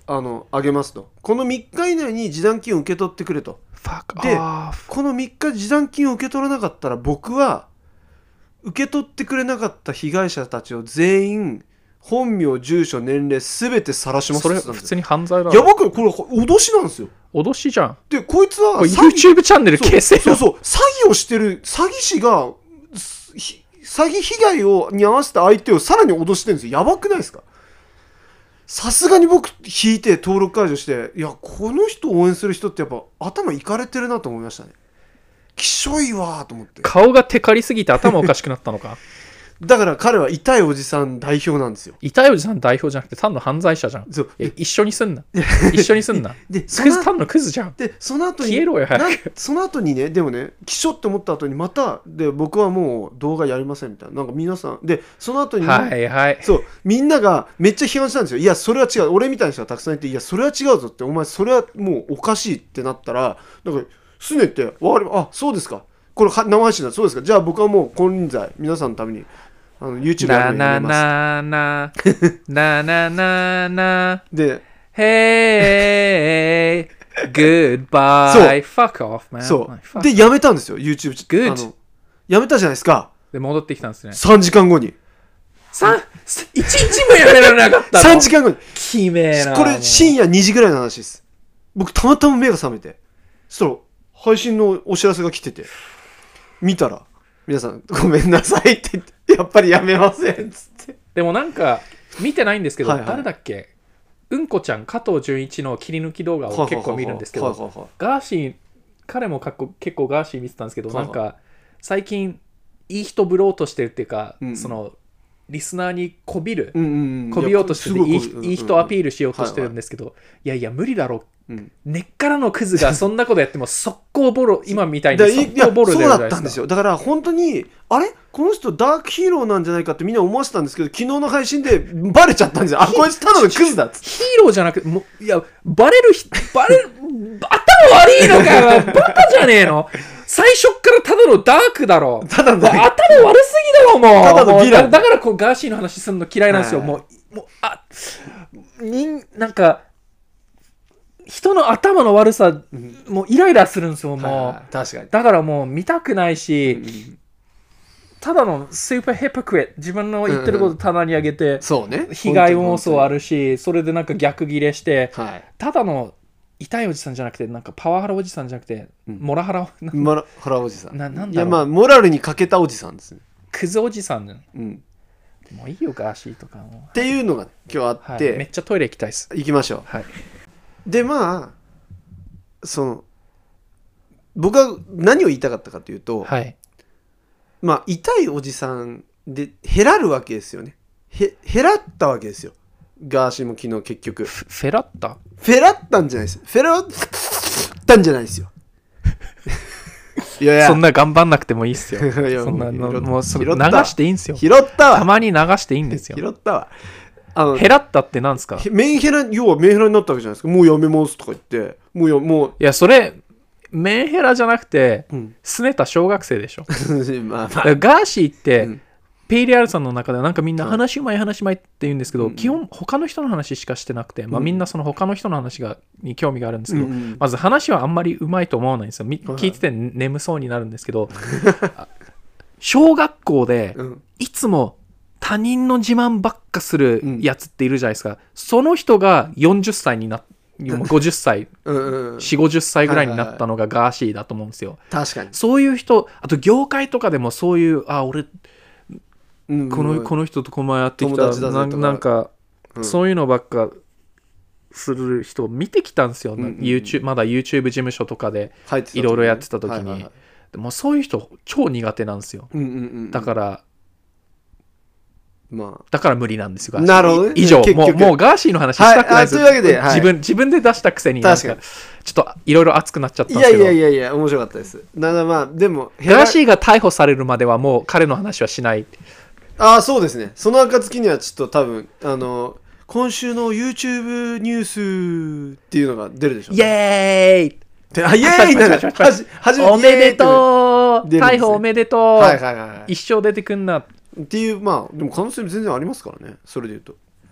あのあげますと、このみっか以内に示談金を受け取ってくれと。でこのみっか示談金を受け取らなかったら僕は受け取ってくれなかった被害者たちを全員本名住所年齢すべて晒します。 それ普通に犯罪だろ。 やばくこれ脅しなんですよ。 脅しじゃん。 でこいつは YouTube チャンネル消せよ。 そうそうそう詐欺をしてる詐欺師が詐欺被害をに合わせた相手をさらに脅してるんですよ。やばくないですか。さすがに僕引いて登録解除して、いやこの人を応援する人ってやっぱ頭いかれてるなと思いましたね。きしょいわと思って。 顔がテカりすぎて頭おかしくなったのか。 だから彼は痛いおじさん代表なんですよ。 痛いおじさん代表じゃなくて単の犯罪者じゃん。そう一緒にすんな。一緒にすんな。でクズ単のクズじゃん。 でその後に消えろよ早く。 その後にね、でもねきしょって思った後にまたで僕はもう動画やりませんみたいな、なんか皆さんでその後に、 はいはい、 そうみんながめっちゃ批判したんですよ。いやそれは違う、俺みたいな人がたくさんいて、いやそれは違うぞって、お前それはもうおかしいってなったら、なんかすねってわかり、あそうですか、これ生配信だ、そうですか、じゃあ僕はもう金輪際皆さんのためにあの YouTube やるのやめます。 なななななななで Hey Goodbye Fuck off man。 そうでやめたんですよ YouTube。 あのやめたじゃないですか。 で戻ってきたんですね。 さんじかんごにいちにちもやめられなかったの。 さんじかんごにきめえな。 これ深夜にじぐらいの話です。僕たまたま目が覚めて、そしたら配信のお知らせが来てて見たら、皆さんごめんなさいって言って、やっぱりやめませんっつって。 でもなんか見てないんですけど、 はいはい、 誰だっけ、うんこちゃん加藤純一の切り抜き動画を結構見るんですけど、ガーシー彼も結構ガーシー見てたんですけど、なんか最近いい人ぶろうとしてるっていうか、うん、そのリスナーにこびる、うんうんうん、こびようとしてていい、いい人アピールしようとしてるんですけど、はいはい、いやいや無理だろう、うん、根っからのクズがそんなことやっても速攻ボロ、今みたいに速攻ボロ出るじゃないですか。 そうだったんですよ。だから本当にあれこの人ダークヒーローなんじゃないかってみんな思わせたんですけど、昨日の配信でバレちゃったんですよ。あこいつただのクズだっつって。 ヒーローじゃなくてもういやバレるバレる頭悪いのかよバカじゃねえの。最初っからただのダークだろ。ただの頭悪すぎだろもう。ただのヴィラン。だからこうガーシーの話するの嫌いなんですよ。もうもうあになんか人の頭の悪さ、うん、もうイライラするんですよ。もう、はいはい、確かに。だからもう見たくないし、うん、ただのスーパーヒポクリット、自分の言ってること棚に上げて、うんうん、そうね、被害妄想あるし、それでなんか逆ギレして、はい、ただの痛いおじさんじゃなくて、なんかパワハラおじさんじゃなくて、うん、モラハラモラハラおじさん。 ななんだろう。 いやまあモラルに欠けたおじさんですね。 クズおじさんじゃん。うん。もういいよガーシーとかも。 っていうのが今日あって、 はい、めっちゃトイレ行きたいです。 行きましょう。はい。でまあその僕は何を言いたかったかというと、はい、まあ痛いおじさんで減らるわけですよね。へ減らったわけですよ。ガーシーも昨日結局フェラッタフェラったんじゃないです。フェラったんじゃないですよ。 いやいやそんな頑張んなくてもいいっすよ。そんなのもうそ流していいんですよ。 拾ったわ。 たまに流していいんですよ。 拾ったわ。 あのヘラったってなんですか。 メンヘラ、要はメンヘラになったわけじゃないですか。もうやめますとか言ってもうやもういやそれメンヘラじゃなくて、うん、拗ねた小学生でしょ。まあまあ、ガーシーって、うん、ピーリアール さんの中ではなんかみんな話うまい話うまいって言うんですけど、うん、基本他の人の話しかしてなくて、うんまあ、みんなその他の人の話がに興味があるんですけど、うん、まず話はあんまりうまいと思わないんですよ。聞いてて眠そうになるんですけど小学校でいつも他人の自慢ばっかするやつっているじゃないですか、うん、その人がよんじゅっさいになってごじゅっさいうん、うん、よんじゅう、ごじゅっさいぐらいになったのがガーシーだと思うんですよ。 確かにそういう人、あと業界とかでもそういうあ俺、うんうん、このこの人とこの前やってきたななんか、うん、そういうのばっかする人を見てきたんですよ、うんうんうん、YouTube まだ YouTube 事務所とかでいろいろやってた時に、はいはいはい、でもそういう人超苦手なんですよ、うんうんうんうん、だからまあ、だから無理なんですよ。 なるほど、ね、 以上もう、もうガーシーの話したくないです、 はい、というわけで、 はい、自分自分で出したくせになんかちょっといろいろ熱くなっちゃったんですけど。 いやいやいやいや面白かったです。だからまあでもガーシーが逮捕されるまではもう彼の話はしない。 ああそうですね。その暁にはちょっと多分あの今週の YouTube ニュースっていうのが出るでしょう、ね。 イエーイあイエーイなんかはじ初めておめでとう、ね、逮捕おめでとう、はいはいはい、一生出てくんなっていう、まあでも可能性全然ありますからね。それで言うと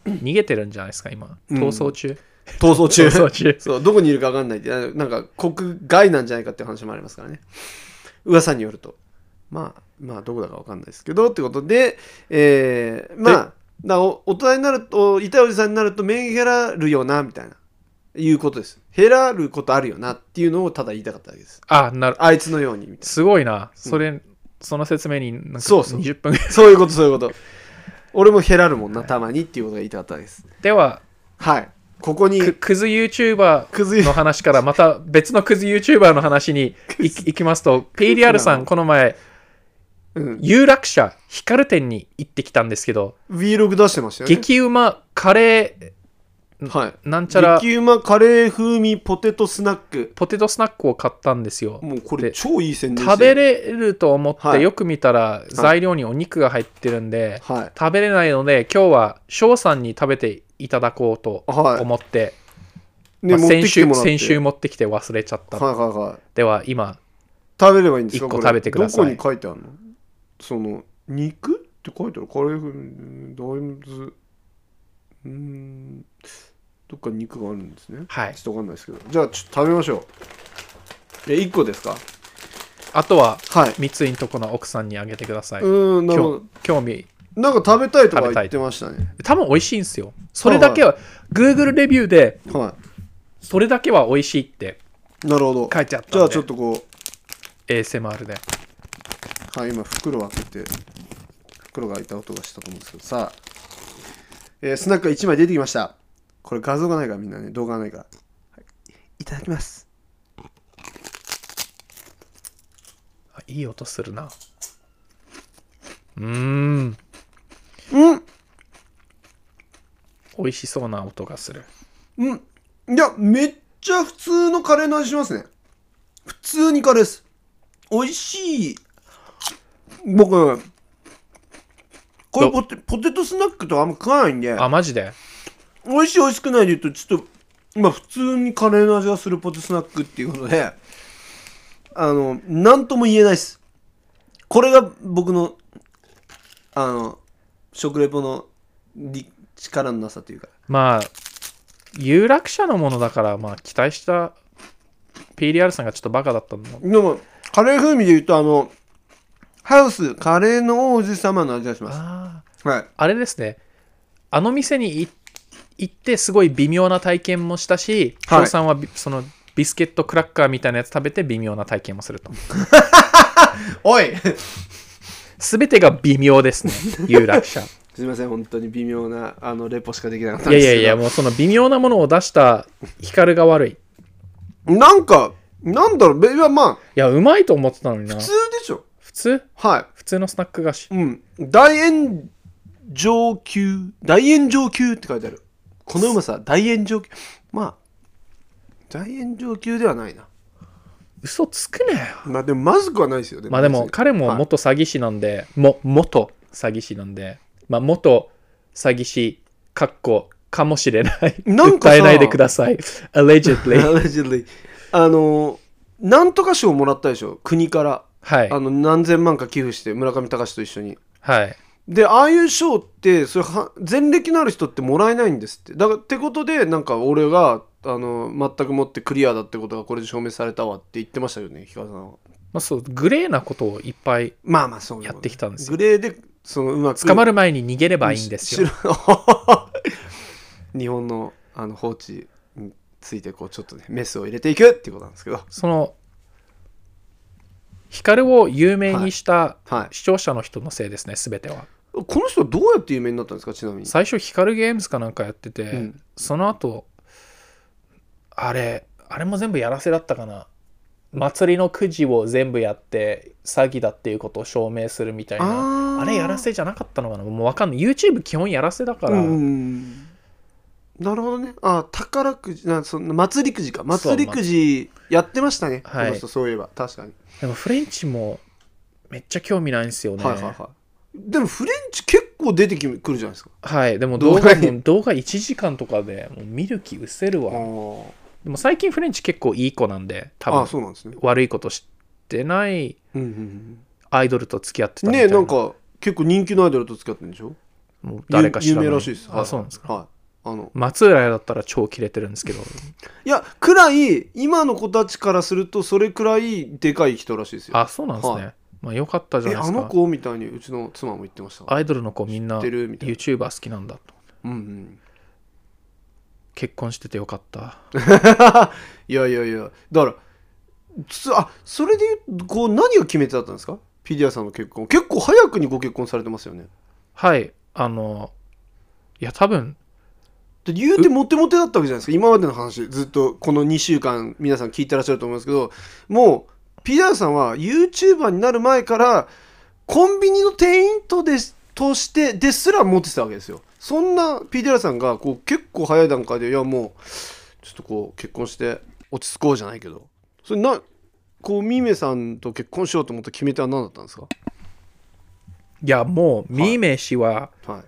逃げてるんじゃないですか今。逃走中、 逃走中逃走中そう、どこにいるか分かんないって、なんか国外なんじゃないかっていう話もありますからね、噂によると。まあまあどこだか分かんないですけどってことで、えー、まあだお大人になると、痛いおじさんになるとメンヘラるよなみたいないうことです。ヘラることあるよなっていうのをただ言いたかったわけです。 あ、なる、 あいつのようにみたいな。 すごいなそれ、うん、その説明になんかそうそうにじゅっぷんそういうことそういうこと。俺もヘラるもんな、たまにっていうことが言いたかったわけです。 では、 はい、ここにくクズ YouTuber の話からまた別のクズ YouTuber の話にいいきますと、ピーディーアール さんこの前、うん、有楽町光店に行ってきたんですけど、 Vlog 出してましたよね。 激うまカレー、はい、なんちゃら激うまカレー風味ポテトスナックポテトスナックを買ったんですよ。 もうこれ超いい宣伝食べれると思ってよく見たら材料にお肉が入ってるんで、はい、食べれないので今日は翔さんに食べていただこうと思って、はいね、まあ、先週先週持ってきて忘れちゃった、はいはいはい、では今食べればいいんですか。 いっこ食べてください。 どこに書いてあるの？その肉って書いてある。カレー風味大豆、うーん、どっか肉があるんですね。 はい。 ちょっとわかんないですけど。じゃあちょっと食べましょう。え、いっこですか？ あとは、はい、三井のとこの奥さんにあげてください。 うん、なるほど。 興味。 なんか食べたいとか言ってましたね。 多分美味しいんですよ。それだけは、はいはい、Google レビューで、はい、それだけは美味しいってなるほど書いてあったんで。 じゃあちょっとこうエーエスエムアール で。 はい、今袋を開けて、袋が開いた音がしたと思うんですけど、さあ、えー、スナックがいちまい出てきました。これ画像がないからみんなね、動画がないから。はい、いただきます。 あ、いい音するな。うーん。 うん。 美味しそうな音がする。 うん。いや、めっちゃ普通のカレーの味しますね。普通にカレーです。美味しい。僕、こういうポテ、ポテトスナックとかあんま食わないんで。 あ、マジで美味しい美味しくないで言うと、ちょっと、今普通にカレーの味がするポテトスナックっていうことで、あの、なんとも言えないです。これが僕の、あの、食レポの力のなさというか。 まあ、有楽者のものだから、まあ、期待した ピーディーアール さんがちょっとバカだったの。 でも、カレー風味で言うと、あの、ハウス、カレーの王子様の味がします。 あ、 はい、 あれですね。あの店に行ってすごい微妙な体験もしたし、翔、はい、さんはそのビスケットクラッカーみたいなやつ食べて微妙な体験もすると。 おいすべてが微妙ですね、有楽者。 すみません、本当に微妙なあのレポしかできなかったんですけど。 いやいやいや、もうその微妙なものを出したヒカルが悪い。 なんか、なんだろう、いや、まあ。 いや、うまいと思ってたのにな。 普通でしょ。 普通？ はい。 普通のスナック菓子。 うん。大炎上級、大炎上級って書いてある。このうまさ、大炎上級。まあ、大炎上級ではないな。 嘘つくねよ。 まあでもまずくはないですよね。 まあでも彼も元詐欺師なんで、はい、も元詐欺師なんで、まあ元詐欺師かっこかもしれない。なんか訴えないでください。allegedly。 allegedly。あのなんとか賞もらったでしょ、国から。 はい。 あの何千万か寄付して村上隆と一緒に。 はい。 でああいう賞ってそれは前歴のある人ってもらえないんですって。だからってことでなんか俺があの全くもってクリアだってことがこれで証明されたわって言ってましたよね、ヒカルさんは。まあそうグレーなことをいっぱいまあまあそうやってきたんですよ。 グレーでそのうまく捕まる前に逃げればいいんですよ。 日本のあの法治についてこうちょっとねメスを入れていくっていうことなんですけど、 そのヒカルを有名にした視聴者の人のせいですね、すべては。 この人はどうやって有名になったんですか、ちなみに。 最初ヒカルゲームズかなんかやってて、うん、その後あれあれも全部やらせだったかな、祭りのくじを全部やって詐欺だっていうことを証明するみたいな、 あ, あれやらせじゃなかったのかな、もう分かんない。 YouTube 基本やらせだから。うん、 なるほどね。あ、宝くじな、その祭りくじか、祭りくじやってましたね、 はい、 この人。そういえば確かに。 でもフレンチもめっちゃ興味ないんですよね。 はいはいはい。でもフレンチ結構出てくるじゃないですか。 はい。でも動画も動画いちじかんとかでもう見る気失せるわ。でも最近フレンチ結構いい子なんで、多分。 あ、そうなんですね。 悪いことしてないアイドルと付き合ってたみたいな。 ねえ、なんか結構人気のアイドルと付き合ってるんでしょ。 もう誰か知らない。 有名らしいです。 あ、そうなんですか。 はい。あの松浦屋だったら超キレてるんですけど。 いや、くらい、今の子たちからすると、それくらいでかい人らしいですよ。 あ、そうなんですね。はい、まあよかったじゃないですか。 え、あの子みたいにうちの妻も言ってました。 アイドルの子みんな YouTuber 好きなんだと。 うんうん。 結婚しててよかった。 いやいやいや、だから、あ、それで言うこう何が決め手だったんですか？ピディアさんの結婚。結構早くにご結婚されてますよね。 はい。あの、いや多分、 言うてモテモテだったわけじゃないですか。今までの話ずっとこのにしゅうかん皆さん聞いてらっしゃると思いますけど、もうピディアさんは YouTuber になる前からコンビニの店員とでとしてですらモテてたわけですよ。そんなピディアさんがこう結構早い段階で、いやもうちょっとこう結婚して落ち着こうじゃないけど、それなこうミメさんと結婚しようと思った決め手は何だったんですか？ いやもうミメ氏は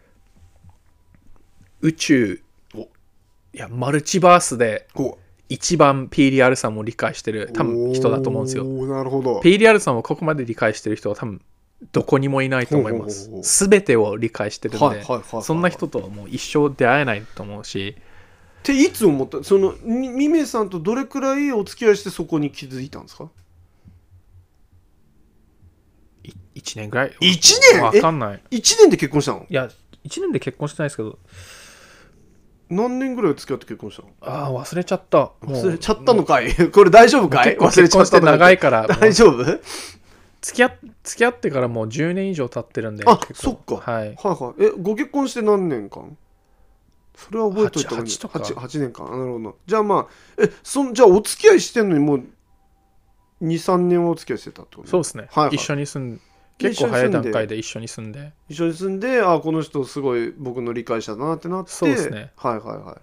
宇宙、はい、いやマルチバースで一番 ピーディーアール さんも理解してる多分人だと思うんですよ。 なるほど。 ピーディーアール さんもここまで理解してる人は多分どこにもいないと思います。すべてを理解してるんで、はいはいはいはい、そんな人とはもう一生出会えないと思うし。 っていつ思った？そのミメさんとどれくらいお付き合いしてそこに気づいたんですか？ いちねんぐらい。 いちねん？ わかんない。 いちねんで結婚したの？ いやいちねんで結婚してないですけど、 何年ぐらい付き合って結婚したの？ ああ忘れちゃった。 忘れちゃったのかい？これ大丈夫かい？ 忘れちゃったのかい？長いから大丈夫？ 付き合付き合ってからもうじゅうねん以上経ってるんで。 あ、そっか、 はい、 はいはい。え、ご結婚して何年間？それは覚えといた方がいい。 8, 8, 8, はちねんかん。なるほど。じゃあまあえそじゃあお付き合いしてんのにもうにさんねんはお付き合いしてたってこと？ そうですね、はいはい、一緒に住んで結構早い段階で一緒に住んで一緒に住んで、あ、この人すごい僕の理解者だなってなって。 そうですね、 はいはいはい。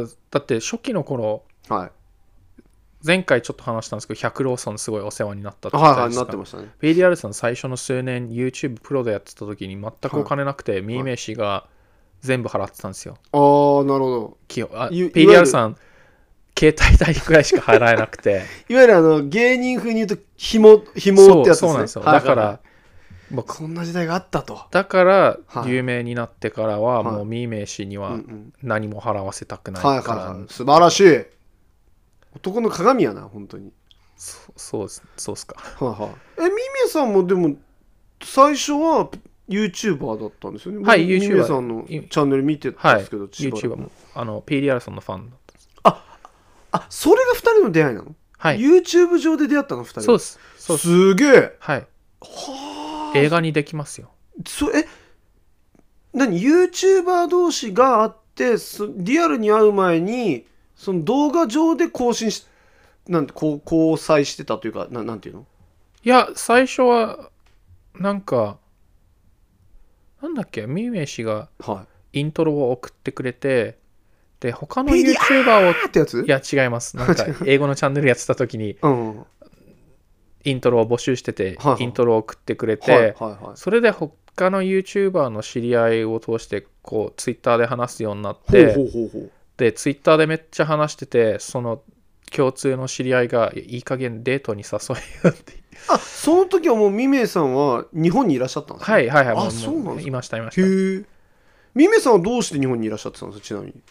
だ, だって初期の頃、はい、前回ちょっと話したんですけど百ローソンすごいお世話になったって言ったんですか。はいはい、なってましたね。 ピーディーアール さん最初の数年 YouTube プロでやってた時に全くお金なくて、はい、ミーメイ氏が全部払ってたんですよ。 ああ、なるほど。 あ ピーディーアール さん携帯代くらいしか払えなくていわゆるあの芸人風に言うとひもひもってやつですね。 そうなんですよ。だから、 はいはい、そんな時代があったと。 だから有名になってからはもうミーメイ氏には何も払わせたくないから、はいはいはい、 素晴らしい。男の鏡やな本当に。 そそうそうっすか。 はいはい。え、ミーメイさんもでも最初はYouTuber だったんですよね。 はい、 YouTuber。ミメさんのチャンネル見てたんですけど、はい、 YouTuber もあの ピーディーアール さんのファンだったんです。 あ、あ、それがふたりの出会いなの？はい。YouTube 上で出会ったのふたり。 そうです。そうです。 すげえ。 はい。はあ。映画にできますよ。 そえ、何 YouTuber 同士があってリアルに会う前にその動画上で更新しなんてこう交際してたというか な, なんていうの？ いや最初はなんかなんだっけミーメイ氏がイントロを送ってくれて、はい、で他の YouTuber をってやつ？ いや違います。なんか英語のチャンネルやってた時にうん、イントロを募集してて、はいはい、イントロを送ってくれて、はいはいはい、それで他の YouTuber の知り合いを通してこう Twitter で話すようになって、ほうほうほうほう、で Twitter でめっちゃ話してて、その共通の知り合いがいい加減デートに誘えよってあ、その時はもうミメイさんは日本にいらっしゃったんですか？ はいはいはい。 あ、もうそうなんですか。 いましたいました。 へえ。ミメイさんはどうして日本にいらっしゃってたんですか？ちなみ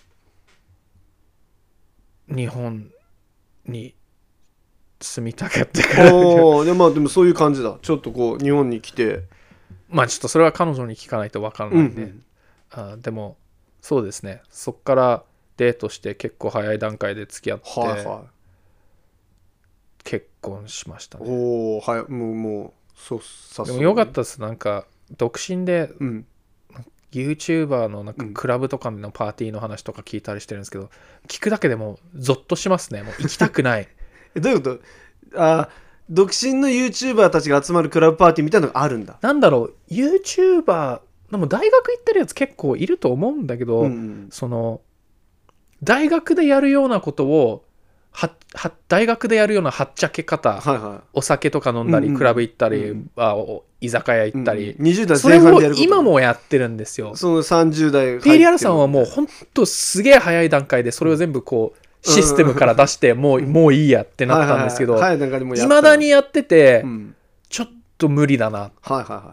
に日本に住みたかったから。 ああ、でまあでもそういう感じだ。ちょっとこう日本に来て、 まあちょっとそれは彼女に聞かないと分からないんで、うんうん、あでもそうですね。そっからデートして結構早い段階で付き合って、はいはい、結婚しましたね。 おお、はい、もうもうそうさ。 でもよかったです。なんか独身で、うん、YouTuber のなんかクラブとかのパーティーの話とか聞いたりしてるんですけど、うん、聞くだけでもゾッとしますね。もう行きたくない。 え、どういうこと？あ、独身の YouTuber たちが集まるクラブパーティーみたいなのがあるんだ。 なんだろう、YouTuber でも大学行ってるやつ結構いると思うんだけど、うんうん、その大学でやるようなことをはは大学でやるようなはっちゃけ方、はいはい、お酒とか飲んだり、うんうん、クラブ行ったり、うん、あ居酒屋行ったり、うん、 にじゅう代前半でやること、 それを今もやってるんですよ。 そのさんじゅう代ピーディーアール さんはもうほんとすげえ早い段階でそれを全部こうシステムから出してもう、うん、もういいやってなったんですけど、いまだにやってて、うん、ちょっと無理だな、はいはいはい、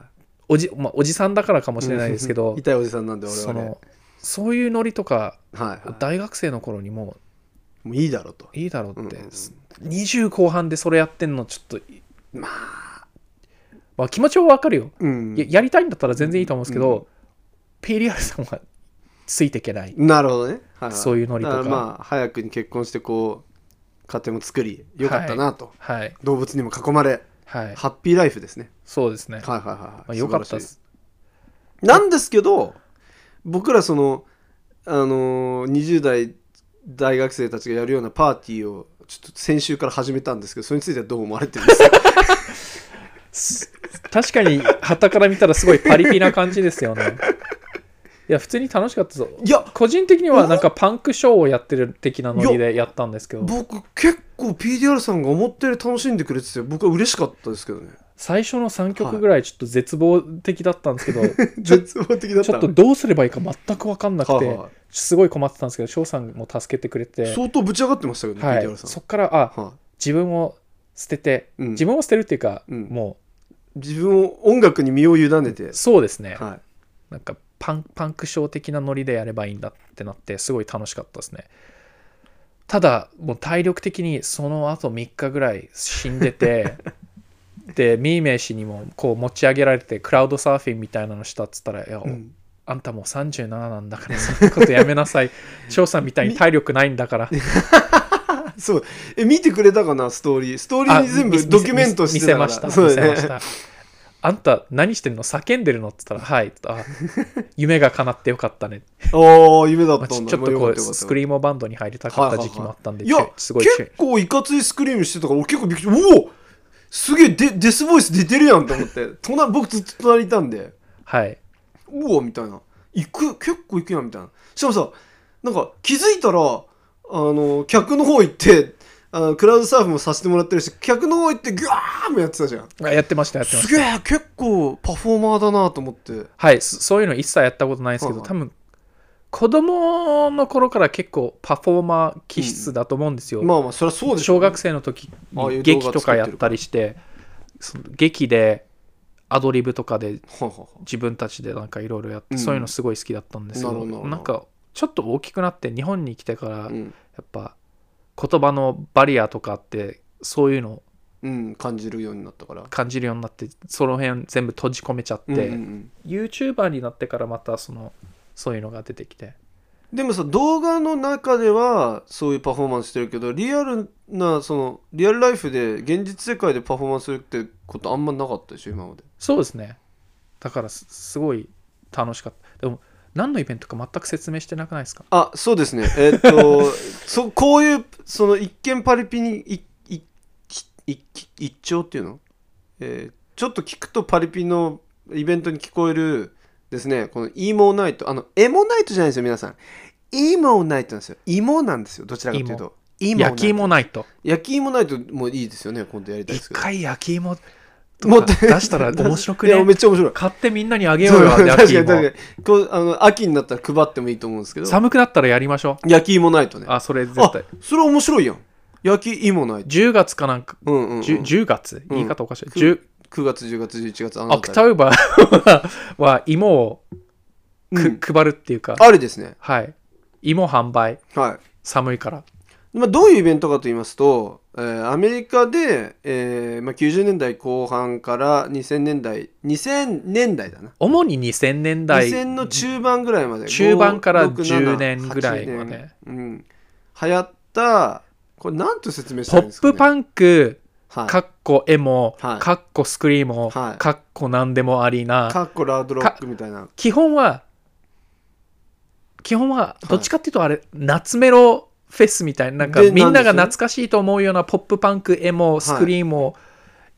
おじ、まあ、おじさんだからかもしれないですけど痛いおじさんなんで俺は、ね、 そのそういうノリとか、 はいはい、 大学生の頃にももういいだろうといいだろうって、うんうん、 にじゅう後半でそれやってんのちょっとまあ、 まあ気持ちはわかるよ、 うん、 や, やりたいんだったら全然いいと思うんですけど、うん、ピーディーアール さんはついていけない。 なるほどね、はいはい、 そういうノリとか、 まあ早くに結婚してこう家庭も作りよかったなと、 はいはい、 動物にも囲まれ、はい、ハッピーライフですね。 そうですね、 はいはいはい、 まあ、よかったです。 なんですけど僕らそのあのー、にじゅう代大学生たちがやるようなパーティーをちょっと先週から始めたんですけど、それについてはどう思われてるんですか？ 確かに傍から見たらすごいパリピな感じですよね。いや普通に楽しかったぞ。いや個人的にはなんかパンクショーをやってる的なノリでやったんですけど、 僕結構 ピーディーアール さんが思ったより楽しんでくれてて僕は嬉しかったですけどね。 最初のさんきょくぐらいちょっと絶望的だったんですけど、はい、 絶望的だったちょっとどうすればいいか全く分かんなくて、はあはあ、すごい困ってたんですけど翔さんも助けてくれて相当ぶち上がってましたけどね、 はい、 ピーディーアール さんそっからあ、はあ、自分を捨てて、うん、自分を捨てるっていうか、うん、もう自分を音楽に身を委ねて、 そうですね、 はい、 なんかパン、パンクショー的なノリでやればいいんだってなってすごい楽しかったですね。ただもう体力的にその後みっかぐらい死んでてでミーメイ氏にもこう持ち上げられてクラウドサーフィンみたいなのしたっつったら、いや、うん、あんたもうさんじゅうなななんだからそんなことやめなさい翔さんみたいに体力ないんだからそうえ見てくれたかなストーリーストーリーに全部ドキュメントしてたから見せました、見せました。あんた何してんの叫んでるのって言ったらはいあ夢が叶ってよかったねああ夢だったんだ、まあ、 ちょっとこうスクリームバンドに入りたかった時期もあったんで、 はいはいはい、いやすごい結構いかついスクリームしてたから俺結構びっくりおおすげえデ, デスボイス出てるやんと思って隣僕ずっと隣いたんではいうおみたいな行く結構行くやんみたいな。しかもさなんか気づいたらあの客の方行ってあのクラウドサーフもさせてもらってるし客の方行ってギューもやってたじゃん。 あやってましたやってました。 すげえ結構パフォーマーだなと思って。 はいそういうの一切やったことないですけど、はいはい、多分子供の頃から結構パフォーマー気質だと思うんですよ、 うん、まあまあそりゃそうですよね。小学生の時に劇とかやったりしてその劇でアドリブとかで自分たちでなんかいろいろやって、うん、そういうのすごい好きだったんですけど、うん、なんかちょっと大きくなって日本に来てから、うん、やっぱ言葉のバリアとかってそういうのうん、感じるようになったから感じるようになってその辺全部閉じ込めちゃって、うんうんうん、YouTuber になってからまたそのそういうのが出てきて。 でもさ動画の中ではそういうパフォーマンスしてるけどリアルなそのリアルライフで現実世界でパフォーマンスするってことあんまなかったでしょ今まで。 そうですねだから す, すごい楽しかった。でも何のイベントか全く説明してなくないですか？ あそうですねえー、っとそこういうその一見パリピにいいい一丁っていうの、えー、ちょっと聞くとパリピのイベントに聞こえるですねこのイモナイトあのエモナイトじゃないですよ皆さんイモナイトなんですよ芋なんですよどちらかというと焼き芋ナイト焼き芋ナイトもいいですよね今度やりたいですけど一回焼き芋とか出したら面白くねいやめっちゃ面白い買ってみんなにあげようよ焼き芋確かに確かにこうあの秋になったら配ってもいいと思うんですけど寒くなったらやりましょう焼き芋ナイトねあそれ絶対あそれ面白いやん焼き芋ナイトじゅうがつかなんか、 うんうんうん、 じゅう, じゅうがつ言い方おかしい、うん、 くがつじゅうがつじゅういちがつオクトーバーは芋をく、うん、配るっていうかあれですねはい芋販売、 はい、 寒いから、 まあ、どういうイベントかと言いますと、えー、アメリカで、えーまあ、きゅうじゅうねんだいこう半からにせんねんだいにせんねんだいだな主ににせんねんだいにせんの中盤ぐらいまで中盤からじゅうねんぐらいまで、 うん、流行ったこれ何と説明したらいいんですかねポップパンクはい、 かっこエモ、 はい、 かっこスクリーモ、 はい、 かっこなんでもありなかっこラウドロックみたいな基本は基本はどっちかっていうとあれ、はい、夏メロフェスみたいななんかみんなが懐かしいと思うようなポップパンクエモスクリーモ、はい、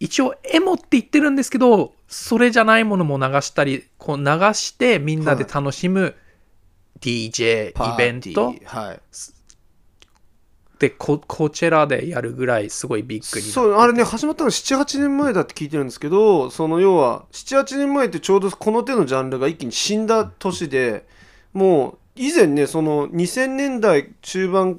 一応エモって言ってるんですけどそれじゃないものも流したりこう流してみんなで楽しむ ディージェー イベント、 はいで コ, コチェラでやるぐらいすごいビッグになっててそうあれね始まったのななはちねんまえだって聞いてるんですけどその要はななはちねんまえってちょうどこの手のジャンルが一気に死んだ年でもう以前ねそのにせんねんだい中盤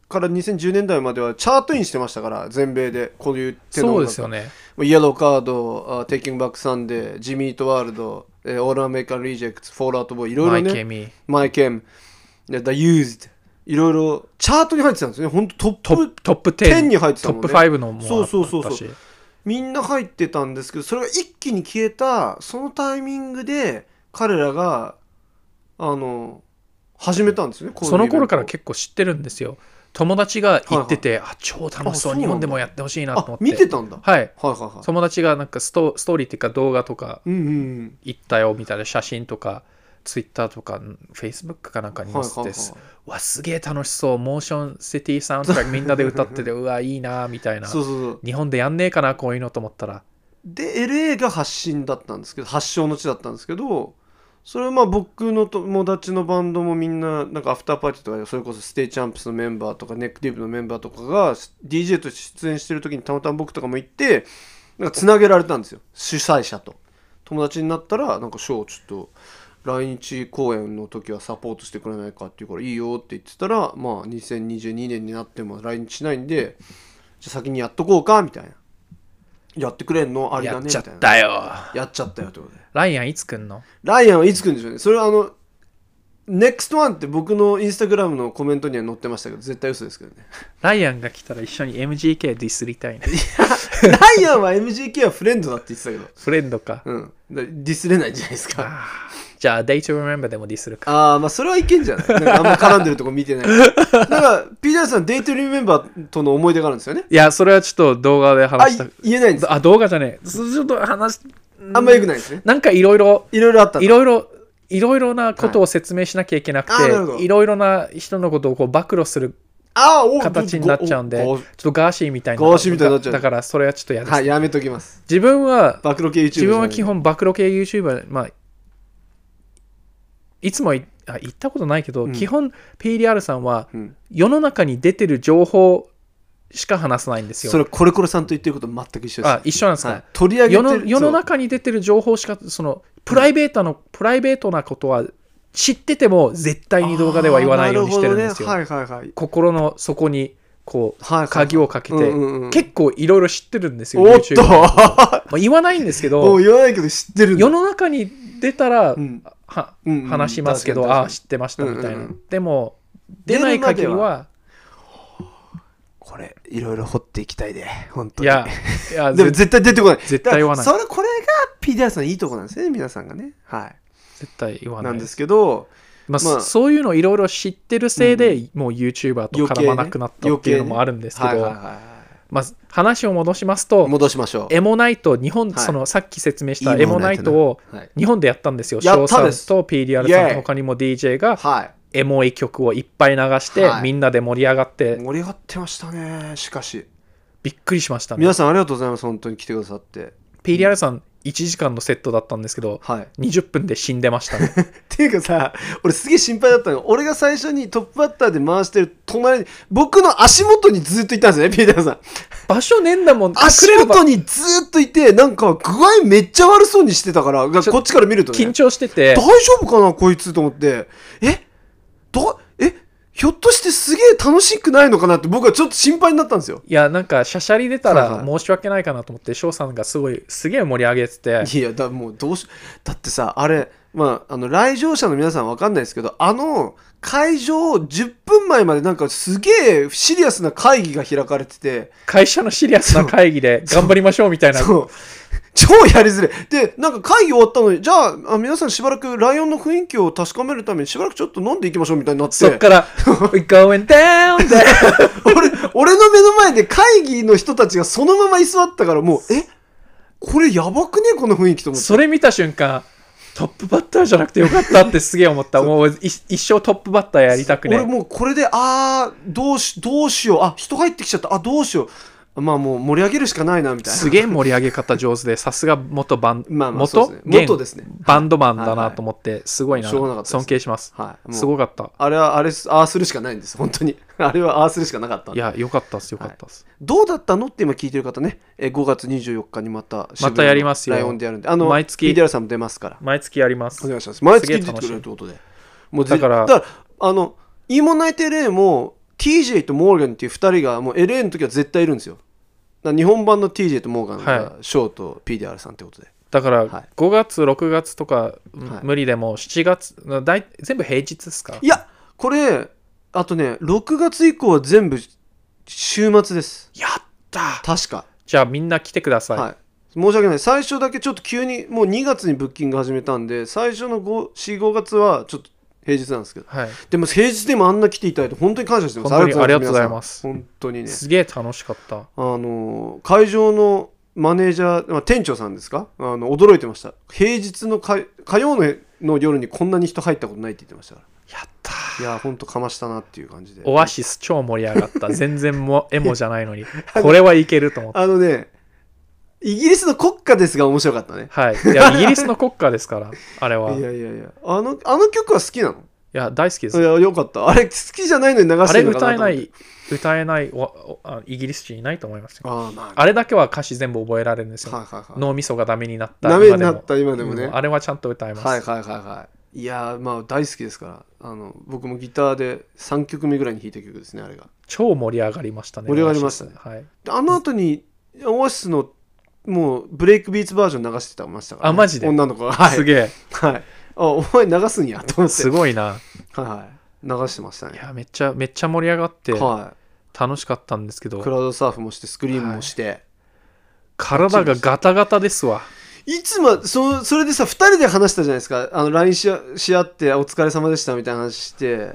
からにせんじゅうねんだいまではチャートインしてましたから全米でこういう手のそう音楽ですよね。 イエローカード、テイキングバックサンデー、ジミートワールド、オールアメリカンリジェクト、フォールアウトボーイ、いろいろね、 マイケミ、 マイケム、The Used、いろいろチャートに入ってたんですね。本当トップトップじゅうに入ってたもんね。 トップごのもあったし、 そうそうそうそう。みんな入ってたんですけど、それが一気に消えたそのタイミングで彼らがあの始めたんですよね。 その頃から結構知ってるんですよ。友達が行ってて、はいはい、あ超楽しそう、日本でもやってほしいなと思って。 見てたんだ。 はい。 はいはいはい。 友達がなんかスト、ストーリーっていうか動画とか行ったよみたいな写真とか、ツイッターとかフェイスブックかなんかに載せて、はいはいはい、わすげえ楽しそう、モーションシティサウンドトラックみんなで歌っててうわいいなみたいな。 そうそうそう、 日本でやんねえかなこういうのと思ったら。 で エルエー が発信だったんですけど、発祥の地だったんですけど、それはまあ僕の友達のバンドもみんななんかアフターパーティーとかで、それこそステイチャンプスのメンバーとかネックディブのメンバーとかが ディージェー として出演してる時にたまたま僕とかも行ってなんかつなげられたんですよ、主催者と。友達になったらなんかショーちょっと来日公演の時はサポートしてくれないかっていうからいいよって言ってたら、まあにせんにじゅうにねんになっても来日しないんで、じゃあ先にやっとこうかみたいな。やってくれんのありだねみたいな。 やっちゃったよ。 やっちゃったよってことで。 ライアンいつ来んの？ ライアンはいつ来るんでしょうね。それはあの ネクストワン って僕のインスタグラムのコメントには載ってましたけど、絶対嘘ですけどね。 ライアンが来たら一緒に エムジーケー ディスりたいね。 いやライアンは エムジーケー はフレンドだって言ってたけど。 フレンドか。 うん。ディスれないじゃないですか。 じゃあ Day to Remember でもディスるか。 ああ、まあそれはいけんじゃない。なんかあんま絡んでるとこ見てない。だからピーターさん Day to Remember との思い出があるんですよね。 いやそれはちょっと動画で話した。 あ、言えないんです。 あ、動画じゃねえ。ちょっと話あんま良くないですね。 なんかいろいろいろいろあったんだ。 いろいろいろいろなことを説明しなきゃいけなくて、はい、いろいろな人のことをこう暴露する形になっちゃうんで、ちょっとガーシーみたいな。 ガーシーみたいになっちゃう。 だからそれはちょっとやです。 はい、やめときます。 自分は暴露系 YouTuber。 自分は基本暴露系 YouTuber、まあいつも言ったことないけど、うん、基本 ピーディーアール さんは世の中に出てる情報しか話さないんですよ。 それコレコレさんと言ってること全く一緒です。 あ、一緒なんですか。はい、 取り上げてる世の世の中に出てる情報しか、そのプライベートの、うん、プライベートなことは知ってても絶対に動画では言わないようにしてるんですよ。 ね、はいはいはい、 心の底にこう、はいはいはい、鍵をかけて、うんうんうん、結構いろいろ知ってるんですよ。 おっとまあ言わないんですけど、 もう言わないけど知ってるんだ。 世の中に出たら、うんはうんうん、 話しますけど、ああ知ってましたみたいな、うんうん、でも出ない限りはこれいろいろ掘っていきたいで本当に。 いやいやでも絶対出てこない。 絶対言わない。 それこれが ピーディーアール さんいいとこなんですね、皆さんがね。はい。 絶対言わないなんですけど、 まあまあ、そういうのいろいろ知ってるせいで、うん、もう YouTuber と絡まなくなったっていうのもあるんですけど、まあ、話を戻しますと、 戻しましょう。 エモナイト、日本、はい、そのさっき説明したエモナイトを日本でやったんですよ。 やったです。翔さんと ピーディーアール さんと他にも ディージェー が、はい、エモい曲をいっぱい流して、はい、みんなで盛り上がって。 盛り上がってましたね、しかし。 びっくりしましたね。 皆さんありがとうございます、本当に来てくださって。 ピーディーアール さん、いちじかんのセットだったんですけど、はい、にじゅっぷんで死んでましたね。 っていうかさ、俺すげえ心配だったの。俺が最初にトップバッターで回してる隣に、僕の足元にずっといたんですよね、ピーターさん。 場所ねえんだもん。 足元にずっといて、なんか具合めっちゃ悪そうにしてたから、こっちから見るとね。 緊張してて。 大丈夫かな、こいつと思って。えどえひょっとしてすげえ楽しくないのかなって僕はちょっと心配になったんですよ。 いやなんかシャシャリ出たら申し訳ないかなと思って翔さんがすごいすげえ盛り上げてて、 いやだもうどうしだってさあれまああの来場者の皆さんわかんないですけど、あの会場じゅっぷんまえまでなんかすげえシリアスな会議が開かれてて、 会社のシリアスな会議で頑張りましょうみたいな。 そう超やりづれで、なんか会議終わったのにじゃあ、あ皆さんしばらくライオンの雰囲気を確かめるためにしばらくちょっと飲んでいきましょうみたいになって、 そっから We're going down there 俺, 俺の目の前で会議の人たちがそのまま居座ったから、もうえこれやばくねこの雰囲気と思って、 それ見た瞬間トップバッターじゃなくてよかったってすげえ思った。もう一生トップバッターやりたくね。 俺もうこれであーどうしどうしよう、あ人入ってきちゃった、あどうしよう、まあもう盛り上げるしかないなみたいな。 すげえ盛り上げ方上手で、さすが元バン、 まあまあ元、 ね、元ですね。 バンドマンだなと思って、すごいな。尊敬します。 はい、 すごかった。 あれはあれああするしかないんです本当に。あれはああするしかなかったんで。 いやよかったっすよかったっす、 はい。どうだったのって今聞いてる方ね、えごがつにじゅうよっかにまたまたやりますよ。 ライオンでやるんで、あの毎月ピーディーアール さんも出ますから。 毎月やります。 お願いします。毎月出てくれるってことで。もうだからだからあのイーモンナイト エルエー もティージェー とモーガンっていうふたりがもう エルエー の時は絶対いるんですよ。だから日本版の ティージェー とモーガンがショーと ピーディーアール さんってことで、 だからはいごがつろくがつとか、 はい無理でもしちがつだい全部平日ですか？ いやこれあとねろくがつ以降は全部週末です。 やった確か。 じゃあみんな来てください。 はい、申し訳ない。最初だけちょっと急にもうにがつにブッキング始めたんで、最初のよん、ごがつはちょっと平日なんですけど、 はい、 でも平日でもあんな来ていただいて本当に感謝してます。 本当にありがとうございます。 本当にね、 すげえ楽しかった。 あの会場のマネージャー、まあ、店長さんですか、あの驚いてました。平日の火曜のの夜にこんなに人入ったことないって言ってましたから。 やったー。いや本当かましたなっていう感じで。 オアシス超盛り上がった。全然もエモじゃないのにこれはいけると思って。 あのねイギリスの国歌ですが面白かったね。 はい。いやイギリスの国歌ですからあれは。 いやいやいや、あのあの曲は好きなの？ いや大好きです。 いやよかった。あれ好きじゃないのに流してるのかなと思って。 あれ歌えない歌えないおあイギリス人いないと思いますよ。 あ, まああれだけは歌詞全部覚えられるんですよ。 はいはいはい、 脳みそがダメになったダメになった今でもね、 うん、あれはちゃんと歌えます。 はいはいはいはい。いやまあ大好きですから。あの僕もギターでさんきょくめぐらいに弾いた曲ですね。あれが超盛り上がりましたね。 盛り上がりましたね。 はい、 あの後にオアシスのもうブレイクビーツバージョン流してましたから、ね、 あマジで女の子が、はい、 すげえ、 はい、あお前流すんやと思ってすごいな。 はい、流してましたね。 いやめっちゃめっちゃ盛り上がって楽しかったんですけど、 はい、クラウドサーフもしてスクリームもして、はい、 体がガタガタですわ。 いつも そ, それでさふたりで話したじゃないですか。あの ライン し, し合ってお疲れ様でしたみたいな話して、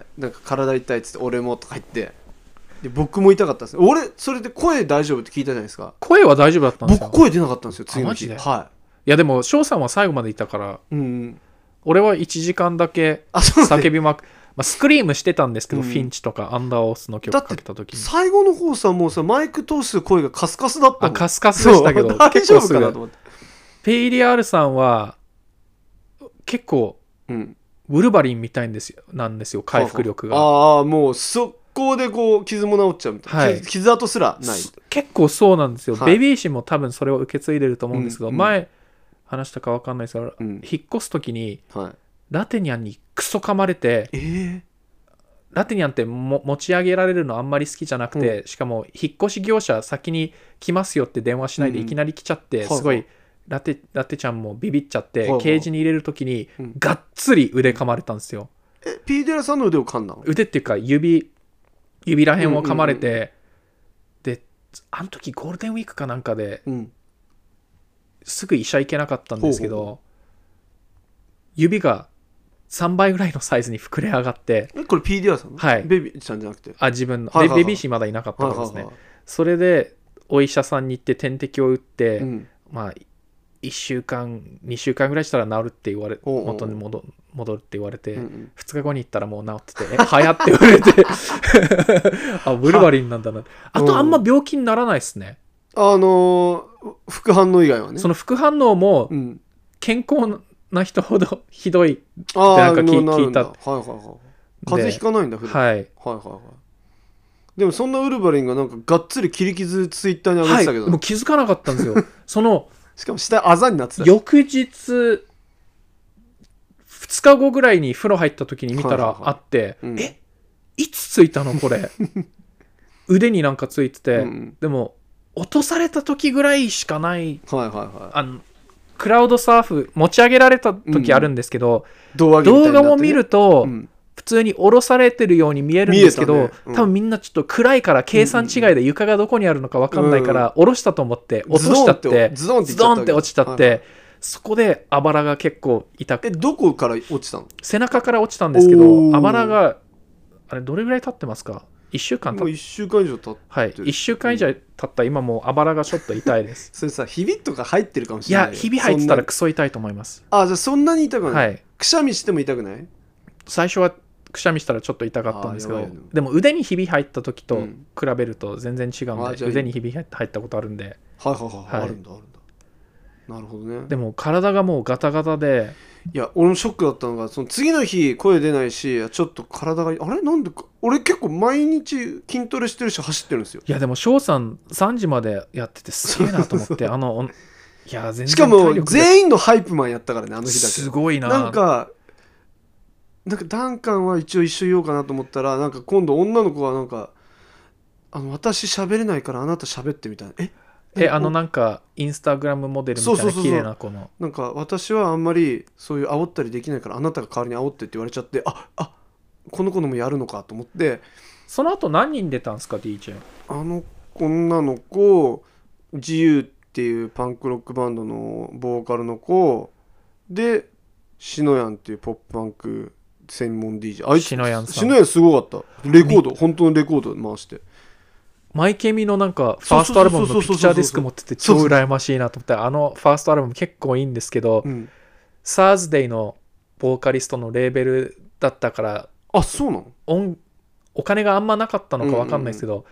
なんか体痛いっつって俺もとか言って、で僕も痛かったです。俺それで声大丈夫って聞いたじゃないですか。 声は大丈夫だったんですか？ 僕声出なかったんですよ次の日。 マジで？ はい。 いやでも翔さんは最後までいたから、 うん、 俺はいちじかんだけ叫びまく、まあ、スクリームしてたんですけど、うん、フィンチとかアンダーオースの曲かけた時に最後の方さもうさマイク通す声がカスカスだったの。 あカスカスでしたけど大丈夫かなと思って。 ペイリアールさんは結構、うん、ウルヴァリンみたいんですよなんですよ回復力が。 ああもう速攻でこう傷も治っちゃうみたいな、はい、傷跡すらない。 結構そうなんですよ、はい、ベビー氏も多分それを受け継いでると思うんですけど、うんうん、前話したか分かんないですけど、うん、引っ越す時に、はい、ラテニャンにクソ噛まれて、 えー、 ラテニャンっても持ち上げられるのあんまり好きじゃなくて、うん、しかも引っ越し業者先に来ますよって電話しないでいきなり来ちゃって、うん、すごいラテ、ラテちゃんもビビっちゃって、はいはい、ケージに入れる時に、うん、がっつり腕噛まれたんですよ。 えピーデラさんの腕を噛んだの？ 腕っていうか指指らへんを噛まれて、うんうんうん、であの時ゴールデンウィークかなんかで、うん、すぐ医者行けなかったんですけど、ほうほう、指がさんばいぐらいのサイズに膨れ上がって。 えこれ ピーディーアール さんの？はい、ベビーちゃんじゃなくて、 あ自分の、はいはいはい、ベビー氏まだいなかったからですね、はいはいはい、それでお医者さんに行って点滴を打って、うん、まあいっしゅうかんにしゅうかんぐらいしたら治るって言われ、元に 戻, 戻るって言われて、うんうん、ふつかごに行ったらもう治っててえはやって言われてあブルバリンなんだな。あとあんま病気にならないですね、 あのー、副反応以外はね。 その副反応も健康な人ほどひどいってなんか 聞, 聞いた。はいはいはい、 風邪ひかないんだ普段。はいはいはいはい。でもそんなウルヴァリンがなんかがっつり切り傷ツイッターに上げてたけど、はい、 もう気づかなかったんですよそのしかも下あざになってた。 翌日ふつかごぐらいに風呂入った時に見たらあって、はいはいはい、うん、えいつついたのこれ腕になんかついてて、うん、でも落とされた時ぐらいしかない、 はいはいはい、 あのクラウドサーフ持ち上げられた時あるんですけど、 うん、動画を見ると、うん、普通に下ろされてるように見えるんですけど、ね、うん、多分みんなちょっと暗いから計算違いで床がどこにあるのか分かんないから、うん、下ろしたと思って落としちゃってズドンって落ちちゃって、はいはい、そこであばらが結構痛くて。 えどこから落ちたの？ 背中から落ちたんですけど、あばらがあれどれぐらい経ってますか？いっしゅうかん経って。 もういっしゅうかん以上経ってる。 はい、いっしゅうかん以上経った今もうあばらがちょっと痛いですそれさひびとか入ってるかもしれない。 いやひび入ってたらクソ痛いと思います。 あじゃあそんなに痛くない、 はい、 くしゃみしても痛くない？ 最初はくしゃみしたらちょっと痛かったんですけど、でも腕にひび入った時と比べると全然違うんで、うん、腕にひび入ったことあるんで、 はいはいはい、はい、あるんだあるんだ。なるほどね。 でも体がもうガタガタで、 いや俺もショックだったのがその次の日声出ないしちょっと体があれなんでか俺結構毎日筋トレしてるし走ってるんですよ。 いやでも翔さんさんじまでやっててすげえなと思ってあのいや全然しかも全員のハイプマンやったからねあの日だけ。 すごいな。 なんかなんかダンカンは一応一緒言おうかなと思ったら、なんか今度女の子はなんかあの私喋れないからあなた喋ってみたいな。ええあのなんかインスタグラムモデルみたいな綺麗な子の、 なんか私はあんまりそういう煽ったりできないからあなたが代わりに煽ってって言われちゃって、ああこの子のもやるのかと思って。 その後何人出たんですか ディージェー。 あの女の子、自由っていうパンクロックバンドのボーカルの子で、シノヤンっていうポップパンク専門 ディージェー、あいつシノヤンさんシノヤンすごかった。レコード本当のレコード回して、 マイケミのなんかファーストアルバムのピクチャーディスク持ってて超羨ましいなと思って、あのファーストアルバム結構いいんですけど、うん、サーズデイのボーカリストのレーベルだったから、 あ、そうなの？ 音お金があんまなかったのか分かんないですけど、うんうん、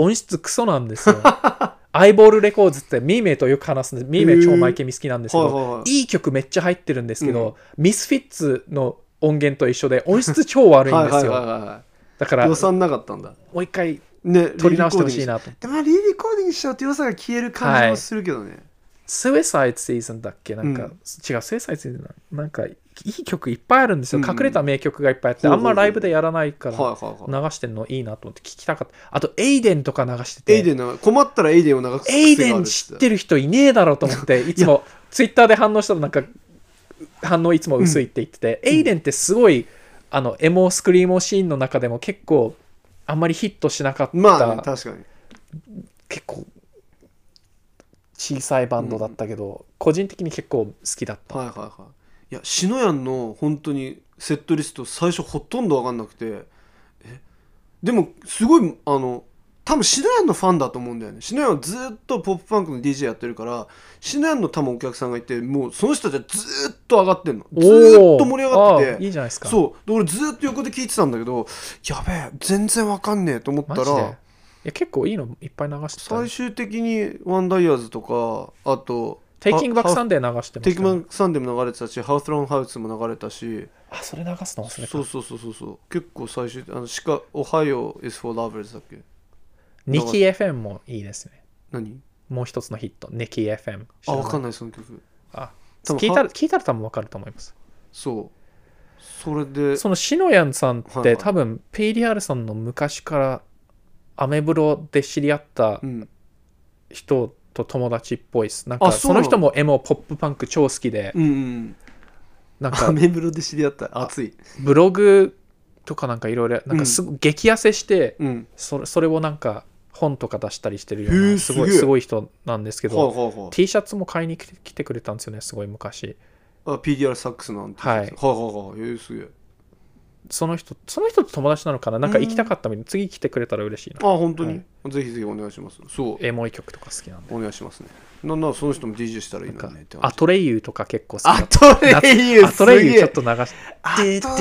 音質クソなんですよ。アイボールレコーズってミーメイとよく話すんで、ミーメイ超マイケミ好きなんですけど、はいはいはい、いい曲めっちゃ入ってるんですけど、うん、ミスフィッツの音源と一緒で音質超悪いんですよ。はいはいはいはい、だから予算なかったんだ。 もう一回ね、取り直してほしいなと。 でもリリコーディングしちゃうと良さが消える感じもするけどね。 スウェサイドシーズンだっけなんか、うん、違う、スウェサイドシーズンなんかいい曲いっぱいあるんですよ、うん、隠れた名曲がいっぱいあって、うん、あんまライブでやらないから流してんのいいなと思って聞きたかった。あとエイデンとか流してて、 エイデン困ったらエイデンを流す癖がある。 エイデン知ってる人いねえだろうと思っていつもツイッターで反応したらなんか反応いつも薄いって言ってて、うん、エイデンってすごいあのエモスクリーモシーンの中でも結構あんまりヒットしなかった、 まあね、確かに結構小さいバンドだったけど、うん、個人的に結構好きだった。 はいはいはい。いやシノヤンの本当にセットリスト最初ほとんど分かんなくて、えでもすごいあの多分シノヤンのファンだと思うんだよね。シノヤンはずっとポップパンクの ディージェー やってるから、シノヤンの多分お客さんがいて、もうその人たちはずっと上がってんの、ずっと盛り上がってて、 いいじゃないですか。 そうで俺ずっと横で聞いてたんだけど、やべえ全然分かんねえと思ったら、いや結構いいのいっぱい流してた、 ね、最終的にワンダイヤーズとか、あとテイキングバックサンデー流してました、ね、 テイキングバックサンデーも流れてたし、ハウスロンハウスも流れたし、 あそれ流すの忘れた。 そうそうそうそうそう、結構最終あのシカオハイオ is for lovers だっけ。 ニキ エフエム もいいですね。 何もう一つのヒット、ニキ エフエム。 あ、わかんないその曲。 あ聞いたら聞いたら多分わかると思います。 そうそれでそのシノヤンさんって、はいはい、多分 ピーディーアール さんの昔からアメブロで知り合った人と友達っぽいです。なんかその人もエモポップパンク超好きで、 うんうん、 なんかアメブロで知り合った熱いブログとかなんかいろいろなんかすごい激痩せして、 うん、 それ、それをなんか本とか出したりしてるようなすごい、すごい人なんですけど、 はあはあはあ、 T シャツも買いに来てくれたんですよね、すごい昔。 あ ピーディーアール サックスなんて。 はい。 はあはあはあ、えー、すげえ。 その人その人と友達なのかな、なんか行きたかったみたいで、次来てくれたら嬉しいな。 あ本当に、はい、ぜひぜひお願いします。そうエモい曲とか好きなんでお願いしますね。なんならその人も ディージェー したらいいのねって。 アトレイユとか結構好き。 アトレイユアトレイユちょっと流してアトレイユすご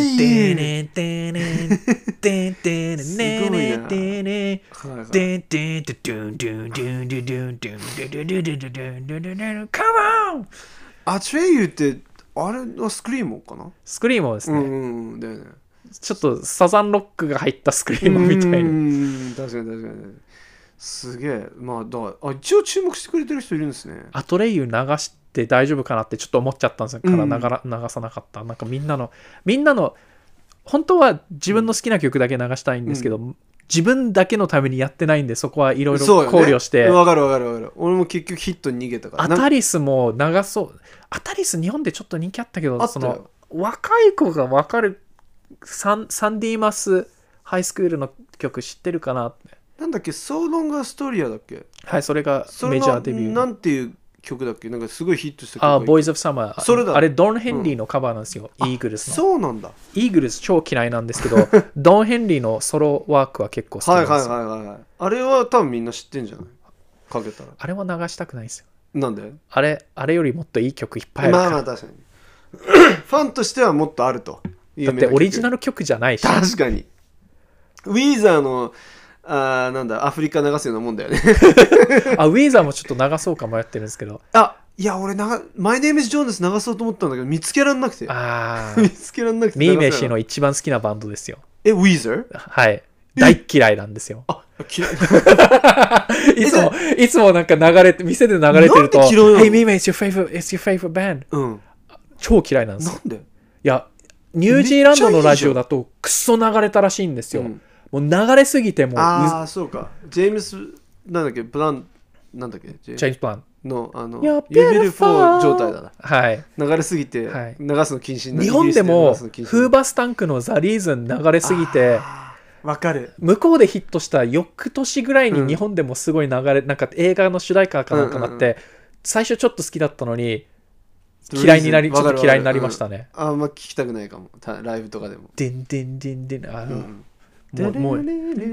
いな。アトレイユってあれはスクリーモーかな。 スクリーモーですね。 うんうんだよね。 ちょっとサザンロックが入ったスクリーモーみたいな。 うん確かに確かに。すげえ。まあだからあ一応注目してくれてる人いるんですね。 アトレイユ流して大丈夫かなってちょっと思っちゃったんですよ。から流ら流さなかった。なんかみんなのみんなの本当は自分の好きな曲だけ流したいんですけど、うん、自分だけのためにやってないんで、そこはいろいろ考慮して。 わ、ね、かるわかるわかる。俺も結局ヒットに逃げたから。 アタリスも流そう。アタリス日本でちょっと人気あったけど、その若い子が分かるサン、サンディーマスハイスクールの曲知ってるかなって。 なんだっけ、ソーロンガーストリアだっけ。 はい、それがメジャーデビュー。 なんていう曲だっけ、なんかすごいヒットした曲。 あ、ボーイズ・オブ・サマー。 それだ。 あれ、ドン・ヘンリーのカバーなんですよ、うん、イーグルスの。 そうなんだ。 イーグルス超嫌いなんですけど、ドン・ヘンリーのソロワークは結構好きなんですよ。 はいはいはいはい。あれは多分みんな知ってんじゃないかけたら。 あれは流したくないですよ。 なんであれ、あれよりもっといい曲いっぱいあるから。 まあまあ確かに。ファンとしてはもっとあると。 だってオリジナル曲じゃないし。 確かに。ウィーザーのあなんだアフリカ流すようなもんだよね。 あウィーザーもちょっと流そうか迷ってるんですけど。 あいや俺なマイネームズジョーンズ流そうと思ったんだけど見つけらんなくて。 あ見つけらんなくて。 ミーメシの一番好きなバンドですよ。 えウィーザー？ はい大嫌いなんですよ。 あ嫌い。 いつもいつもなんか流れて店で流れてると。Hey ミーメ it's your favorite it's your favorite band。 うん。 超嫌いなんですよ。 なんで？ いやニュージーランドのラジオだとクソ流れたらしいんですよ、うん、もう流れすぎてもうああそうかジェームスなんだっけブランなんだっけジェームス・ブランのあの You Beautiful 状態だな、 はい、 流れすぎて、はい、流すの禁止になる。 日本でもフーバースタンクのザ・リーズン流れすぎてわかる向こうでヒットした翌年ぐらいに日本でもすごい流れ、うん、なんか映画の主題歌かなんかなって、うんうんうん、最初ちょっと好きだったのに嫌いになりちょっと嫌いになりましたね、 うん、あんま聞きたくないかもライブとかでもデンデンデンデンあの、うん、 もうもう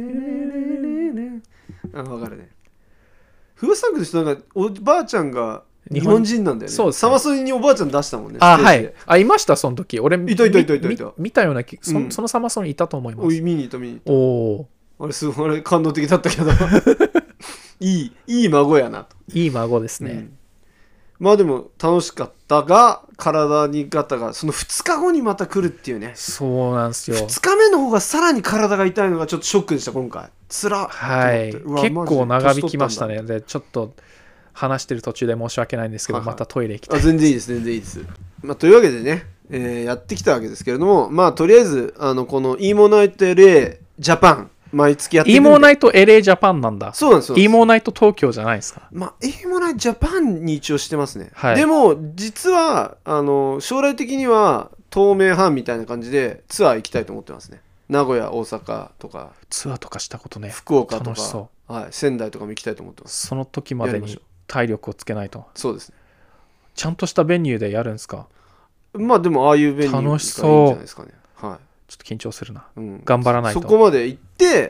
あ分かるねフーバースタンクの人なんかおばあちゃんが日本人なんだよね。そうですね。サマソニにおばあちゃん出したもんね。 あ、はい。あ、いましたその時。俺いたいたいたいたいた。 見たようなそ、うん、そのサマソニいたと思います。 おい見に行った見に行った。 おお。 あれすごいあれ感動的だったけど。いいいい孫やなと。 いい孫ですね。うん、 まあでも楽しかったが体にガタがそのふつかごにまた来るっていうね。 そうなんですよ。 ふつかめの方がさらに体が痛いのがちょっとショックでした今回。つら。 はい。結構長引きましたね。でちょっと。話してる途中で申し訳ないんですけど、はいはい、またトイレ行きたい。 あ全然いいです全然いいです、まあ、というわけでね、えー、やってきたわけですけれどもまあとりあえずあのこの イーモ ナイト エルエー ジャパン毎月やっていくんで イーモ ナイト エルエー ジャパンなんだ。 そうなんですよ。 イーモ ナイト 東京じゃないですか。 まあ イーモ ナイト ジャパンに一応してますね、はい、でも実はあの将来的には東名阪みたいな感じでツアー行きたいと思ってますね。名古屋大阪とかツアーとかしたことね福岡とか、はい、仙台とかも行きたいと思ってます。 その時までに体力をつけないと。 そうですね。 ちゃんとしたベニューでやるんですか。 まあでもああいうベニューがいいんじゃないですかね。はい。 ちょっと緊張するな、うん、頑張らないと。 そこまで行って、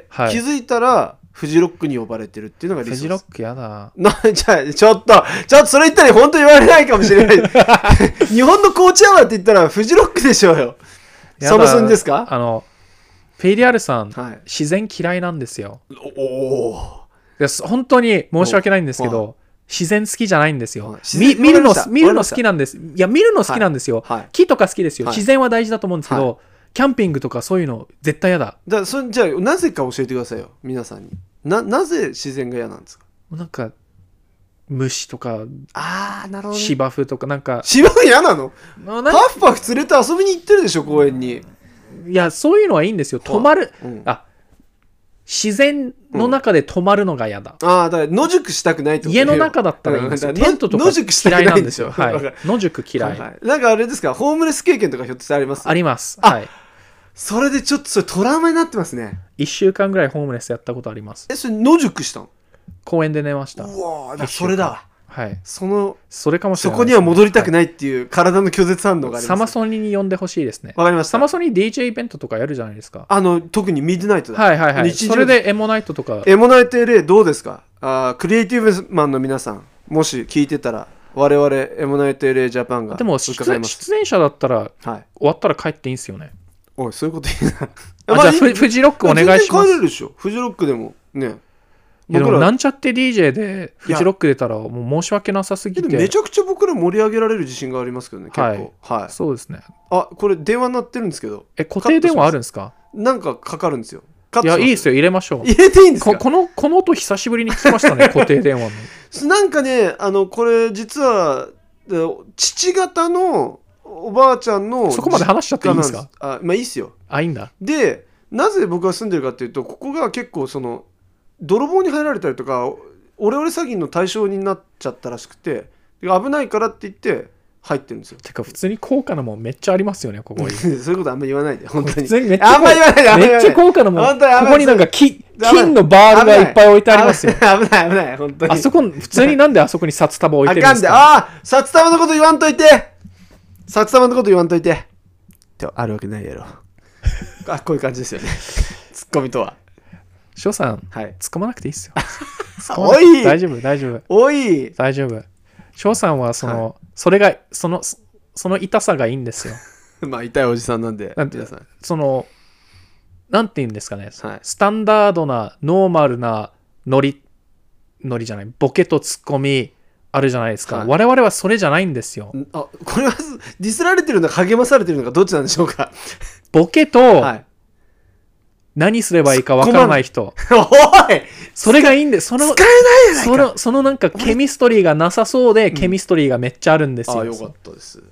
はい、気づいたらフジロックに呼ばれてるっていうのが理想です。 フジロックやだな。じゃあちょっとちょっとそれ言ったら本当に言われないかもしれない日本のコーチアワーって言ったらフジロックでしょうよ。サマソニですか。 あのフェイリアルさん、はい、自然嫌いなんですよ。おお。本当に申し訳ないんですけど自然好きじゃないんですよ。見るの見るの好きなんです。いや見るの好きなんですよ、はいはい、木とか好きですよ、はい、自然は大事だと思うんですけど、はい、キャンピングとかそういうの絶対嫌だ。 だからそれじゃあなぜか教えてくださいよ皆さんに。 な, なぜ自然が嫌なんですか。 なんか虫とかあーなるほど、ね、 芝生とかなんか芝生嫌なの。パフパフ連れて遊びに行ってるでしょ公園に。 いやそういうのはいいんですよ。泊まる、うん、あ自然の中で泊まるのが嫌だ、 うん、ああだから野宿したくないってこと。 家の中だったらいいんですよ、うん、テントとか嫌いなんですよ。はい、野宿嫌い、はいはい、 なんかあれですかホームレス経験とかひょっとしてあります。 あります。はい。 それでちょっとそれトラウマになってますね。 いっしゅうかんぐらいホームレスやったことあります。 えそれ野宿したの。 公園で寝ました。 うわだそれだ。はい、そのそれかもしれない、 ね、そこには戻りたくないっていう体の拒絶反応があります、ね、 サマソニに呼んでほしいですね。 わかりました。 サマソニ ディージェー イベントとかやるじゃないですか。 あの特にミッドナイトだ。 はいはいはい。それでエモナイトとか。 エモナイト エルエー どうですか。あクリエイティブマンの皆さんもし聞いてたら我々エモナイト エルエー ジャパンがでも出演者だったら、はい、終わったら帰っていいんすよね。 おいそういうこと言うなあ、まあ、じゃあフジロックお願いします。 全然帰れるでしょフジロックでもね。 いやでもなんちゃって ディージェー でフジロック出たらもう申し訳なさすぎて。 めちゃくちゃ僕ら盛り上げられる自信がありますけどね結構。はい、 はい、そうですね。 あこれ電話鳴ってるんですけど。 え固定電話あるんですか。 なんかかかるんですよ。 いやいいですよ入れましょう。 入れていいんですか。 こ, このこの音久しぶりに聞きましたね固定電話のなんかねあのこれ実は父方のおばあちゃんのそこまで話しちゃっていいんですか。 あまあいいっすよ。 あいいんだ。 でなぜ僕が住んでるかっていうとここが結構その泥棒に入られたりとかオレオレ詐欺の対象になっちゃったらしくて危ないからって言って入ってるんですよ。 てか普通に高価なもんめっちゃありますよねここにそういうことあんま言わないで本当に。 普通にめっちゃあんま言わないでめっちゃ高価なもん。ここになんか金のバールがいっぱい置いてありますよ。 危ない危ない本当に。 あそこ普通になんであそこに札束置いてるんですか。 あかんであ札束のこと言わんといて札束のこと言わんといてってあるわけないやろあこういう感じですよねツッコミとは。 翔さん、 はい、 突っ込まなくていいっすよ。 おい大丈夫大丈夫おい大丈夫。翔さんはその、はい、それがそのその痛さがいいんですよ。 まあ痛いおじさんなんで。 なんて皆さんそのなんて言うんですかね、はい、スタンダードなノーマルなノリノリじゃないボケとツッコミあるじゃないですか、はい、我々はそれじゃないんですよ。 あこれはディスられてるのか励まされてるのかどっちなんでしょうか。 ボケと、はい何すればいいかわからない人。 おいそれがいいんで、その、 使えないやないか。 その、そのなんかケミストリーがなさそうで、ケミストリーがめっちゃあるんですよ。 あ、よかったです。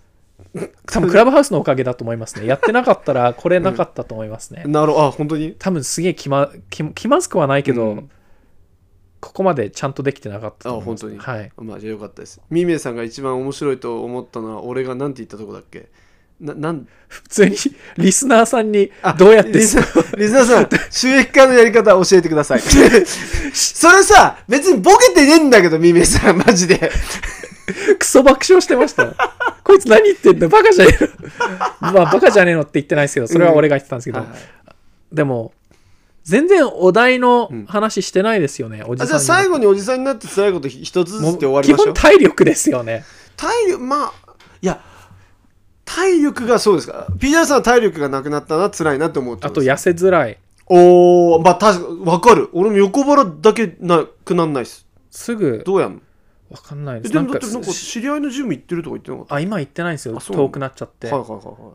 多分クラブハウスのおかげだと思いますね。やってなかったらこれなかったと思いますね。 うん、なるほど。あ、本当に多分すげえ気ま、気、気まずくはないけど、うん、ここまでちゃんとできてなかったと思います。 あ、本当に。 はい。 まあじゃあよかったです。みめさんが一番面白いと思ったのは俺がなんて言ったとこだっけ。ななん普通にリスナーさんにどうやってリスナーさん収益化のやり方教えてください。それさ別にボケてねえんだけどみめさんマジでクソ爆笑してました。こいつ何言ってんだバカじゃねえのまあバカじゃねえのって言ってないですけど、それは俺が言ってたんですけど、うんはいはい、でも全然お題の話してないですよね、うん、おじさん。 じゃあ最後におじさんになって辛いこと一つずつで終わりましょう。 基本体力ですよね。 体力、まあいや体力がそうですか。ピーターさんは体力がなくなったのは辛いなって思うってことです。あと痩せづらい。 おー、まあ確か分かる。俺も横腹だけなくなんないっす。 すぐどうやんの分かんないです。 でもだってなんか知り合いのジム行ってるとか言ってなかった？ あ、今行ってないんですよ。遠くなっちゃって。 はいはいはいはい。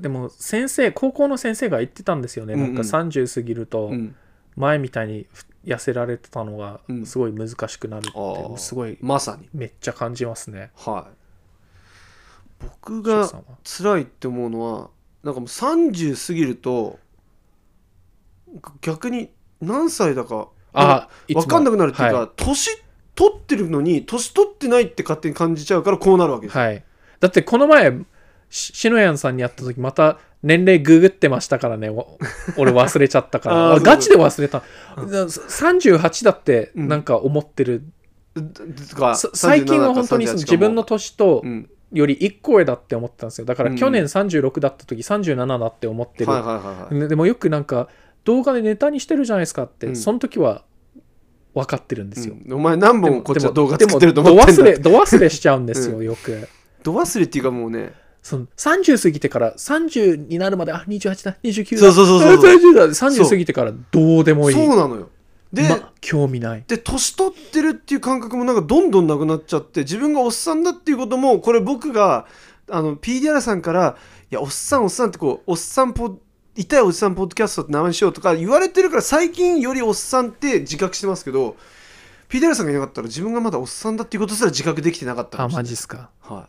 でも先生、高校の先生が言ってたんですよね、うんうん、なんかさんじゅう過ぎると前みたいに痩せられてたのがすごい難しくなるって、うん、すごいまさにめっちゃ感じますね。 はい。僕が辛いって思うのはなんかもうさんじゅう過ぎると逆に何歳だか分かんなくなるっていうか、はい、年取ってるのに年取ってないって勝手に感じちゃうからこうなるわけですよ、 はい、だってこの前しのやんさんに会った時また年齢ググってましたからね。俺忘れちゃったからあガチで忘れた、うん、さんじゅうはちだってなんか思ってる、うん、最近は本当にその自分の年とよりいっこ上だって思ってたんですよ。だから去年さんじゅうろくだった時さんじゅうななだって思ってる、 はいはいはいはい、 でもよくなんか動画でネタにしてるじゃないですかって、うん、その時は分かってるんですよ、 うん、お前何本こっちは動画作ってると思ってんだ。 でもド忘れしちゃうんですよ、うん、よくド忘れっていうかもうねそのさんじゅう過ぎてからさんじゅうになるまであにじゅうはちだにじゅうきゅうだそうそうそうそうさんじゅうださんじゅう過ぎてからどうでもいい。 そうなのよ。で、 ま、興味ない。 で年取ってるっていう感覚もなんかどんどんなくなっちゃって自分がおっさんだっていうこともこれ僕があの ピーディーアール さんからいやおっさんおっさんってこうおっさんポ痛いおじさんポッドキャストって名前にしようとか言われてるから最近よりおっさんって自覚してますけど ピーディーアール さんがいなかったら自分がまだおっさんだっていうことすら自覚できてなかったかもしれない。 あマジっすか。 はい。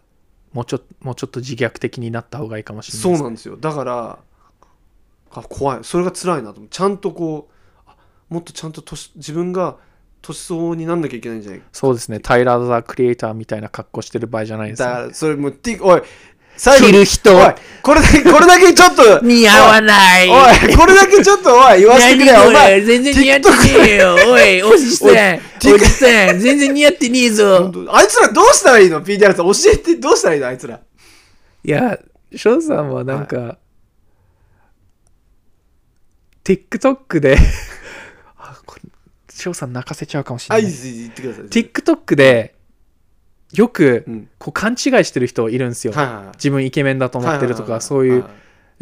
もうちょ、もうちょっと自虐的になった方がいいかもしれないです、ね、そうなんですよ。だからあ怖いそれが辛いなと思う。ちゃんとこうもっとちゃんと年自分が年相応になんなきゃいけないんじゃないか。 そうですね。タイラー・ザ・クリエイターみたいな格好してる場合じゃないです、ね、 だからそれもうおい最後着る人おいこれだけこれだけちょっと似合わない。 おいこれだけちょっとおい言わせてくれよ。お前全然似合ってねえよ。おいおじさんおじさん全然似合ってねえぞ。 あいつらどうしたらいいの ピーディーアール さん教えてどうしたらいいのあいつら。 いやショウさんはなんか、はい、TikTok でショウさん泣かせちゃうかもしれない。 あ言ってください。 TikTok でよくこう勘違いしてる人いるんですよ、はいはいはい、自分イケメンだと思ってるとか、はいはいはい、そういう、はいはい、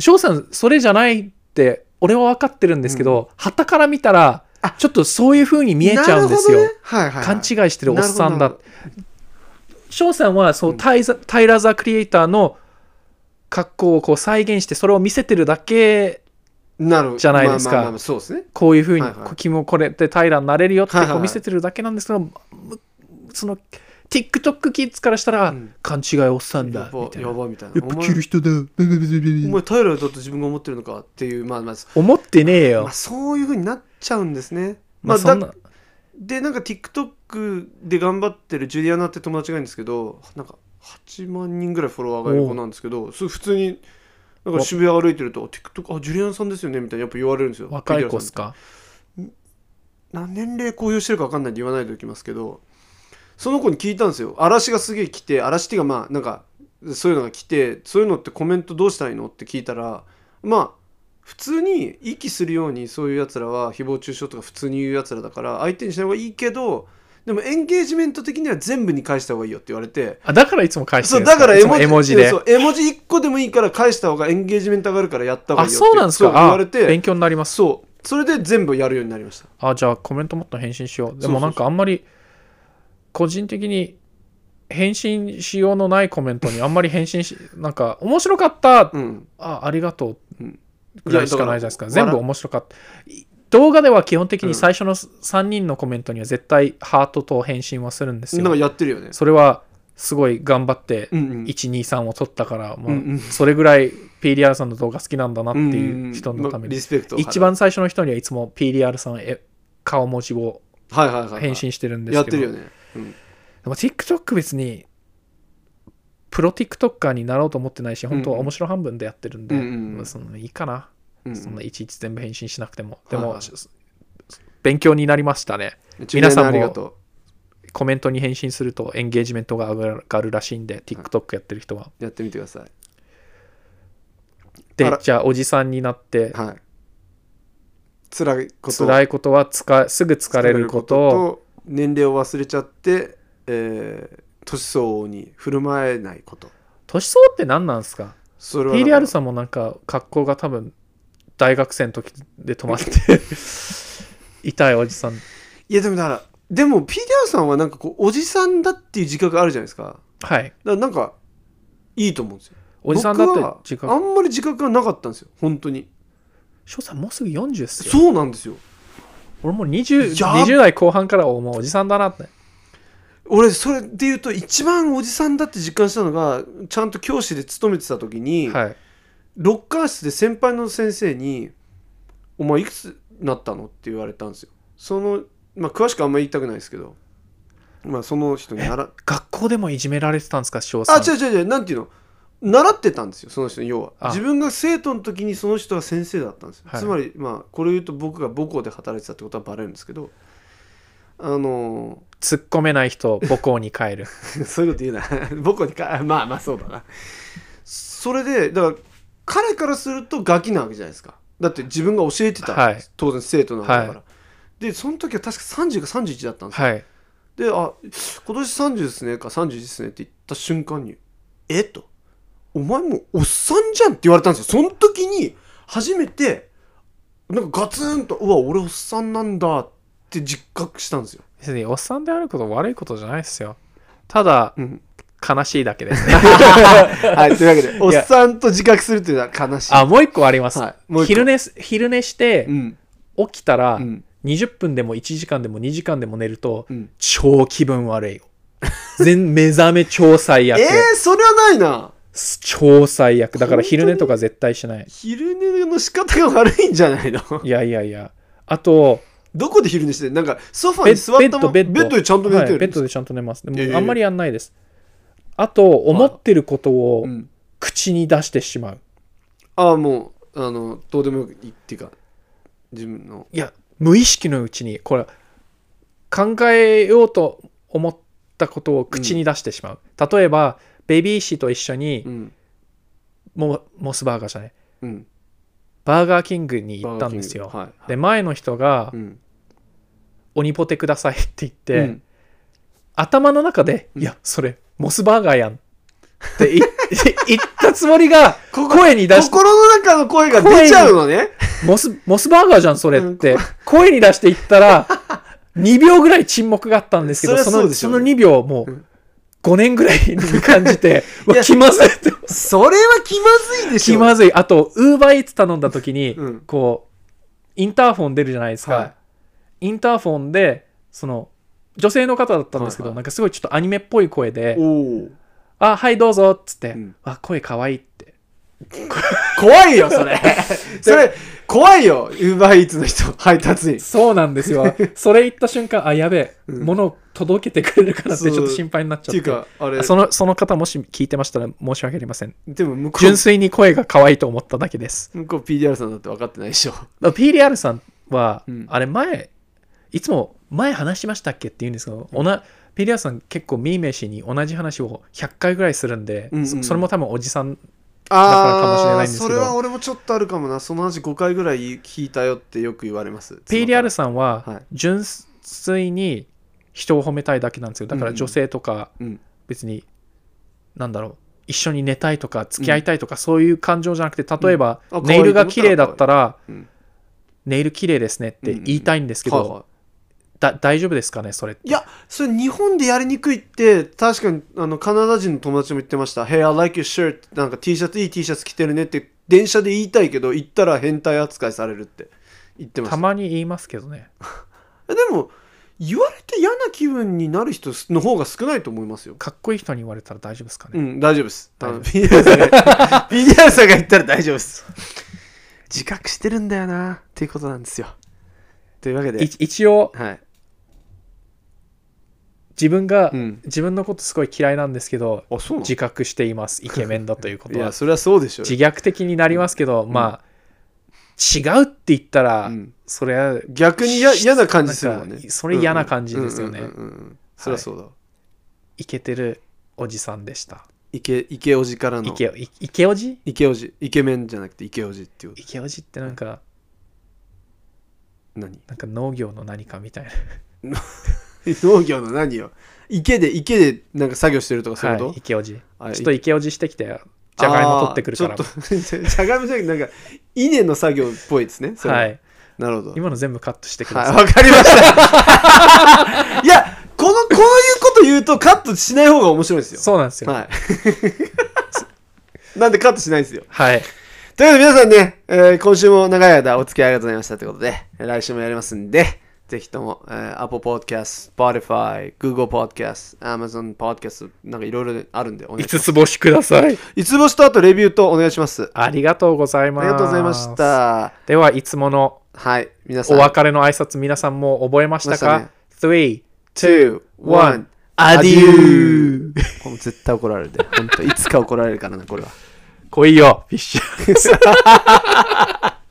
翔さんそれじゃないって俺は分かってるんですけど、うん、旗から見たらちょっとそういう風に見えちゃうんですよ、ねはいはいはい、勘違いしてるおっさんだ。翔さんはそう、うん、タイザ、タイラー・ザ・クリエイターの格好をこう再現してそれを見せてるだけじゃないですか。こういう風に、はいはい、君もこれでタイラーになれるよってこう見せてるだけなんですけど、はいはいはい、そのTikTok キッズからしたら、うん、勘違いおっさんだみたいな。やばみたいな。やっぱ着る人だ。お前タイラーだと自分が思ってるのかっていう、まあまあ、 思ってねえよ。 まあ、そういう風になっちゃうんですね。まあ、まあ、だでなんか TikTok で頑張ってるジュリアナって友達がいるんですけど、なんかはちまんにんぐらいフォロワーがいる子なんですけど、それ普通になんか渋谷歩いてると TikTok あジュリアナさんですよねみたいなやっぱ言われるんですよ。 若い子っすか。 何年齢公表してるか分かんないんで言わないでおきますけど。その子に聞いたんですよ。嵐がすげえ来て、嵐っていうかまあなんかそういうのが来て、そういうのってコメントどうしたらいいのって聞いたら、まあ普通に息するようにそういうやつらは誹謗中傷とか普通に言うやつらだから相手にしない方がいいけど、でもエンゲージメント的には全部に返した方がいいよって言われて、 あだからいつも返してるんですか。 そうだから絵文字、 絵文字で、 そう絵文字いっこでもいいから返した方がエンゲージメント上がるからやった方がいいよって。 あそうなんですか。 そう言われて、 勉強になります。 そうそれで全部やるようになりました。 あじゃあコメントもっと返信しよう。でもなんかあんまり個人的に返信しようのないコメントにあんまり返信しなんか面白かった、うん、あありがとうぐらいしかないじゃないですか。全部面白かった。動画では基本的に最初のさんにんのコメントには絶対ハートと返信はするんですよ。 なんかやってるよね。 それはすごい頑張ってうんうんいちにさんを取ったから、まあうんうんそれぐらい ピーディーアール さんの動画好きなんだなっていう人のためまあに、 リスペクトを一番最初の人にはいつも ピーディーアール さんへ顔文字をはいはいはいはい返信してるんですけど、 やってるよね、うん、 でも TikTok 別にプロ TikToker になろうと思ってないし、本当は面白半分でやってるんで、 うんうんまあそのいいかな、 うん、 そんないちいち全部返信しなくても。でも、 はいはい勉強になりましたね。 皆さんありがとう。 コメントに返信するとエンゲージメントが上がるらしいんで、TikTok やってる人は。 やってみてください。 で、じゃあおじさんになって、 はい、辛いこと辛いことはつかすぐ疲れることと、年齢を忘れちゃって、えー、年相応に振る舞えないこと。 年相応って何なんですか？ それはピーディーアール さんもなんか格好が多分大学生の時で止まって痛いおじさん。 いやでもだからでも ピーディーアール さんはなんかこうおじさんだっていう自覚があるじゃないですか。 はい。 だからなんかいいと思うんですよ。 おじさんだって自覚あんまり自覚がなかったんですよ本当に。 翔さんもうすぐよんじゅうっすよ。 そうなんですよ。 俺もう 20, 20代後半からもうおじさんだなって。 俺それで言うと一番おじさんだって実感したのがちゃんと教師で勤めてた時に、 はい、 ロッカー室で先輩の先生に「お前いくつになったの?」って言われたんですよ。その、まあ、詳しくあんまり言いたくないですけど、まあ、その人になら学校でもいじめられてたんですか翔さん。 あ違う違う違うなんていうの習ってたんですよその人に。要はあ自分が生徒の時にその人が先生だったんですよ、 はい、 つまりまあこれを言うと僕が母校で働いてたってことはバレるんですけど、あの突っ込めない人母校に帰るそういうこと言うな母校にかまあまあそうだな。それでだから彼からするとガキなわけじゃないですか。だって自分が教えてた、はい、当然生徒なんだから、はい、でその時は確かさんじゅうかさんじゅういちだったんですよ、はい、であ今年さんじゅうですねかさんじゅういちですねって言った瞬間にえっとお前もうおっさんじゃんって言われたんですよ。その時に初めてなんかガツンとうわ俺おっさんなんだって実覚したんですよ。 別におっさんであること悪いことじゃないですよ。ただ、うん、悲しいだけですねはい、というわけでおっさんと自覚するっていうのは悲しい。 あもう一個あります、 はい、 昼寝昼寝して、うん、起きたら、 うん、 にじゅっぷんでもいちじかんでもにじかんでも寝ると、うん、超気分悪いよ全目覚め超最悪。 えー、それはないな。 超最悪だから昼寝とか絶対しない。 昼寝の仕方が悪いんじゃないのいやいやいや。あとどこで昼寝してる？なんかソファに座ったままベッドでちゃんと寝てる、はい、 ベッドでちゃんと寝ます。でも、えー、あんまりやんないです。あと思ってることを口に出してしまう、 うん、ああもうあのどうでもいいっていうか自分のいや無意識のうちにこれ考えようと思ったことを口に出してしまう、うん、例えばベビーシーと一緒に、うん、モ, モスバーガーじゃない、うん、バーガーキングに行ったんですよ、はいはい、で前の人が、うん、オニポテくださいって言って、うん、頭の中で、うん、いやそれモスバーガーやんって言ったつもりが声に出して心の中の声が出ちゃうのね。 モス、モスバーガーじゃんそれって声に出して言ったらにびょうぐらい沈黙があったんですけど、その、そのにびょうもうごねんぐらいに感じてうわ気まずいってそれは気まずいでしょ。 気まずい。あとウーバーイーツ頼んだ時に、うん、こうインターフォン出るじゃないですか、はい、インターフォンでその女性の方だったんですけど、はいはい、なんかすごいちょっとアニメっぽい声であはいどうぞっつって、うん、あ声かわいいって怖いよそれそれ怖いよウーバーイーツの人配達員。 そうなんですよそれ言った瞬間あやべえ、うん、物を届けてくれるかなってちょっと心配になっちゃって。かあれ そ, のその方もし聞いてましたら申し訳ありません。でも向こう純粋に声が可愛いと思っただけです。 向こう ピーディーアール さんだって分かってないでしょ。 ピーディーアール さんは、うん、あれ前いつも前話しましたっけって言うんですけど、うん、おな ピーディーアール さん結構ミーメーシに同じ話をひゃっかいぐらいするんで、うんうん、そ, それも多分おじさんだからかもしれないんですけど。 それは俺もちょっとあるかもな。その話ごかいぐらい聞いたよってよく言われます。 ピーディーアール さんは純粋に人を褒めたいだけなんですよ。だから女性とか別になんだろう一緒に寝たいとか付き合いたいとかそういう感情じゃなくて、例えばネイルが綺麗だったらネイル綺麗ですねって言いたいんですけど、だ大丈夫ですかねそれって。 いやそれ日本でやりにくいって確かにあのカナダ人の友達も言ってました。 Hey I like your shirt なんか T シャツいい T シャツ着てるねって電車で言いたいけど言ったら変態扱いされるって言ってました。 たまに言いますけどねでも言われて嫌な気分になる人の方が少ないと思いますよ。 かっこいい人に言われたら大丈夫ですかね。 うん大丈夫です。 大丈夫ピーディーアール さんがピーディーアール さんが言ったら大丈夫です。自覚してるんだよなっていうことなんですよ。というわけで一応、 はい、 自分が、 うん、 自分のことすごい嫌いなんですけど、 あそう自覚しています。イケメンだということは。 いやそれはそうでしょう。 自虐的になりますけど、うん、まあ違うって言ったら、うん、それは逆に嫌な感じするもんね。 それ嫌な感じですよね。 そりゃそうだ。 イケてるおじさんでした。 イケイケおじからのイケイイケおじイケおじイケメンじゃなくてイケおじっていう。 イケおじってなんか何なんか農業の何かみたいな。 農業の何よ。池で池でなんか作業してるとかそういうこと？ はい、イケおじ。ちょっとイケおじしてきてよ。じゃがいも取ってくるから。 ちょっとじゃがいもじゃなくてなんか稲の作業っぽいですね。それは。はい。なるほど。 今の全部カットしてください。 はい、わかりました。いやこのこういうこと言うとカットしない方が面白いですよ。 そうなんですよ。 はい。なんでカットしないんですよ。 はい。 というわけで皆さんね、えー、今週も長い間お付き合いありがとうございましたということで、来週もやりますんで、ぜひとも、えー、Apple Podcast、Spotify、Google Podcast、Amazon Podcast なんかいろいろあるんでお願いします。 いつつ星ください。 いつ星とあとレビューとお願いします。 ありがとうございます。 ありがとうございました。 ではいつものはい皆さんお別れの挨拶皆さんも覚えましたか？ ね、 スリー、 ツー、ワン、アデュー。もう絶対怒られるで。本当いつか怒られるからなこれは。 来いよフィッシュ。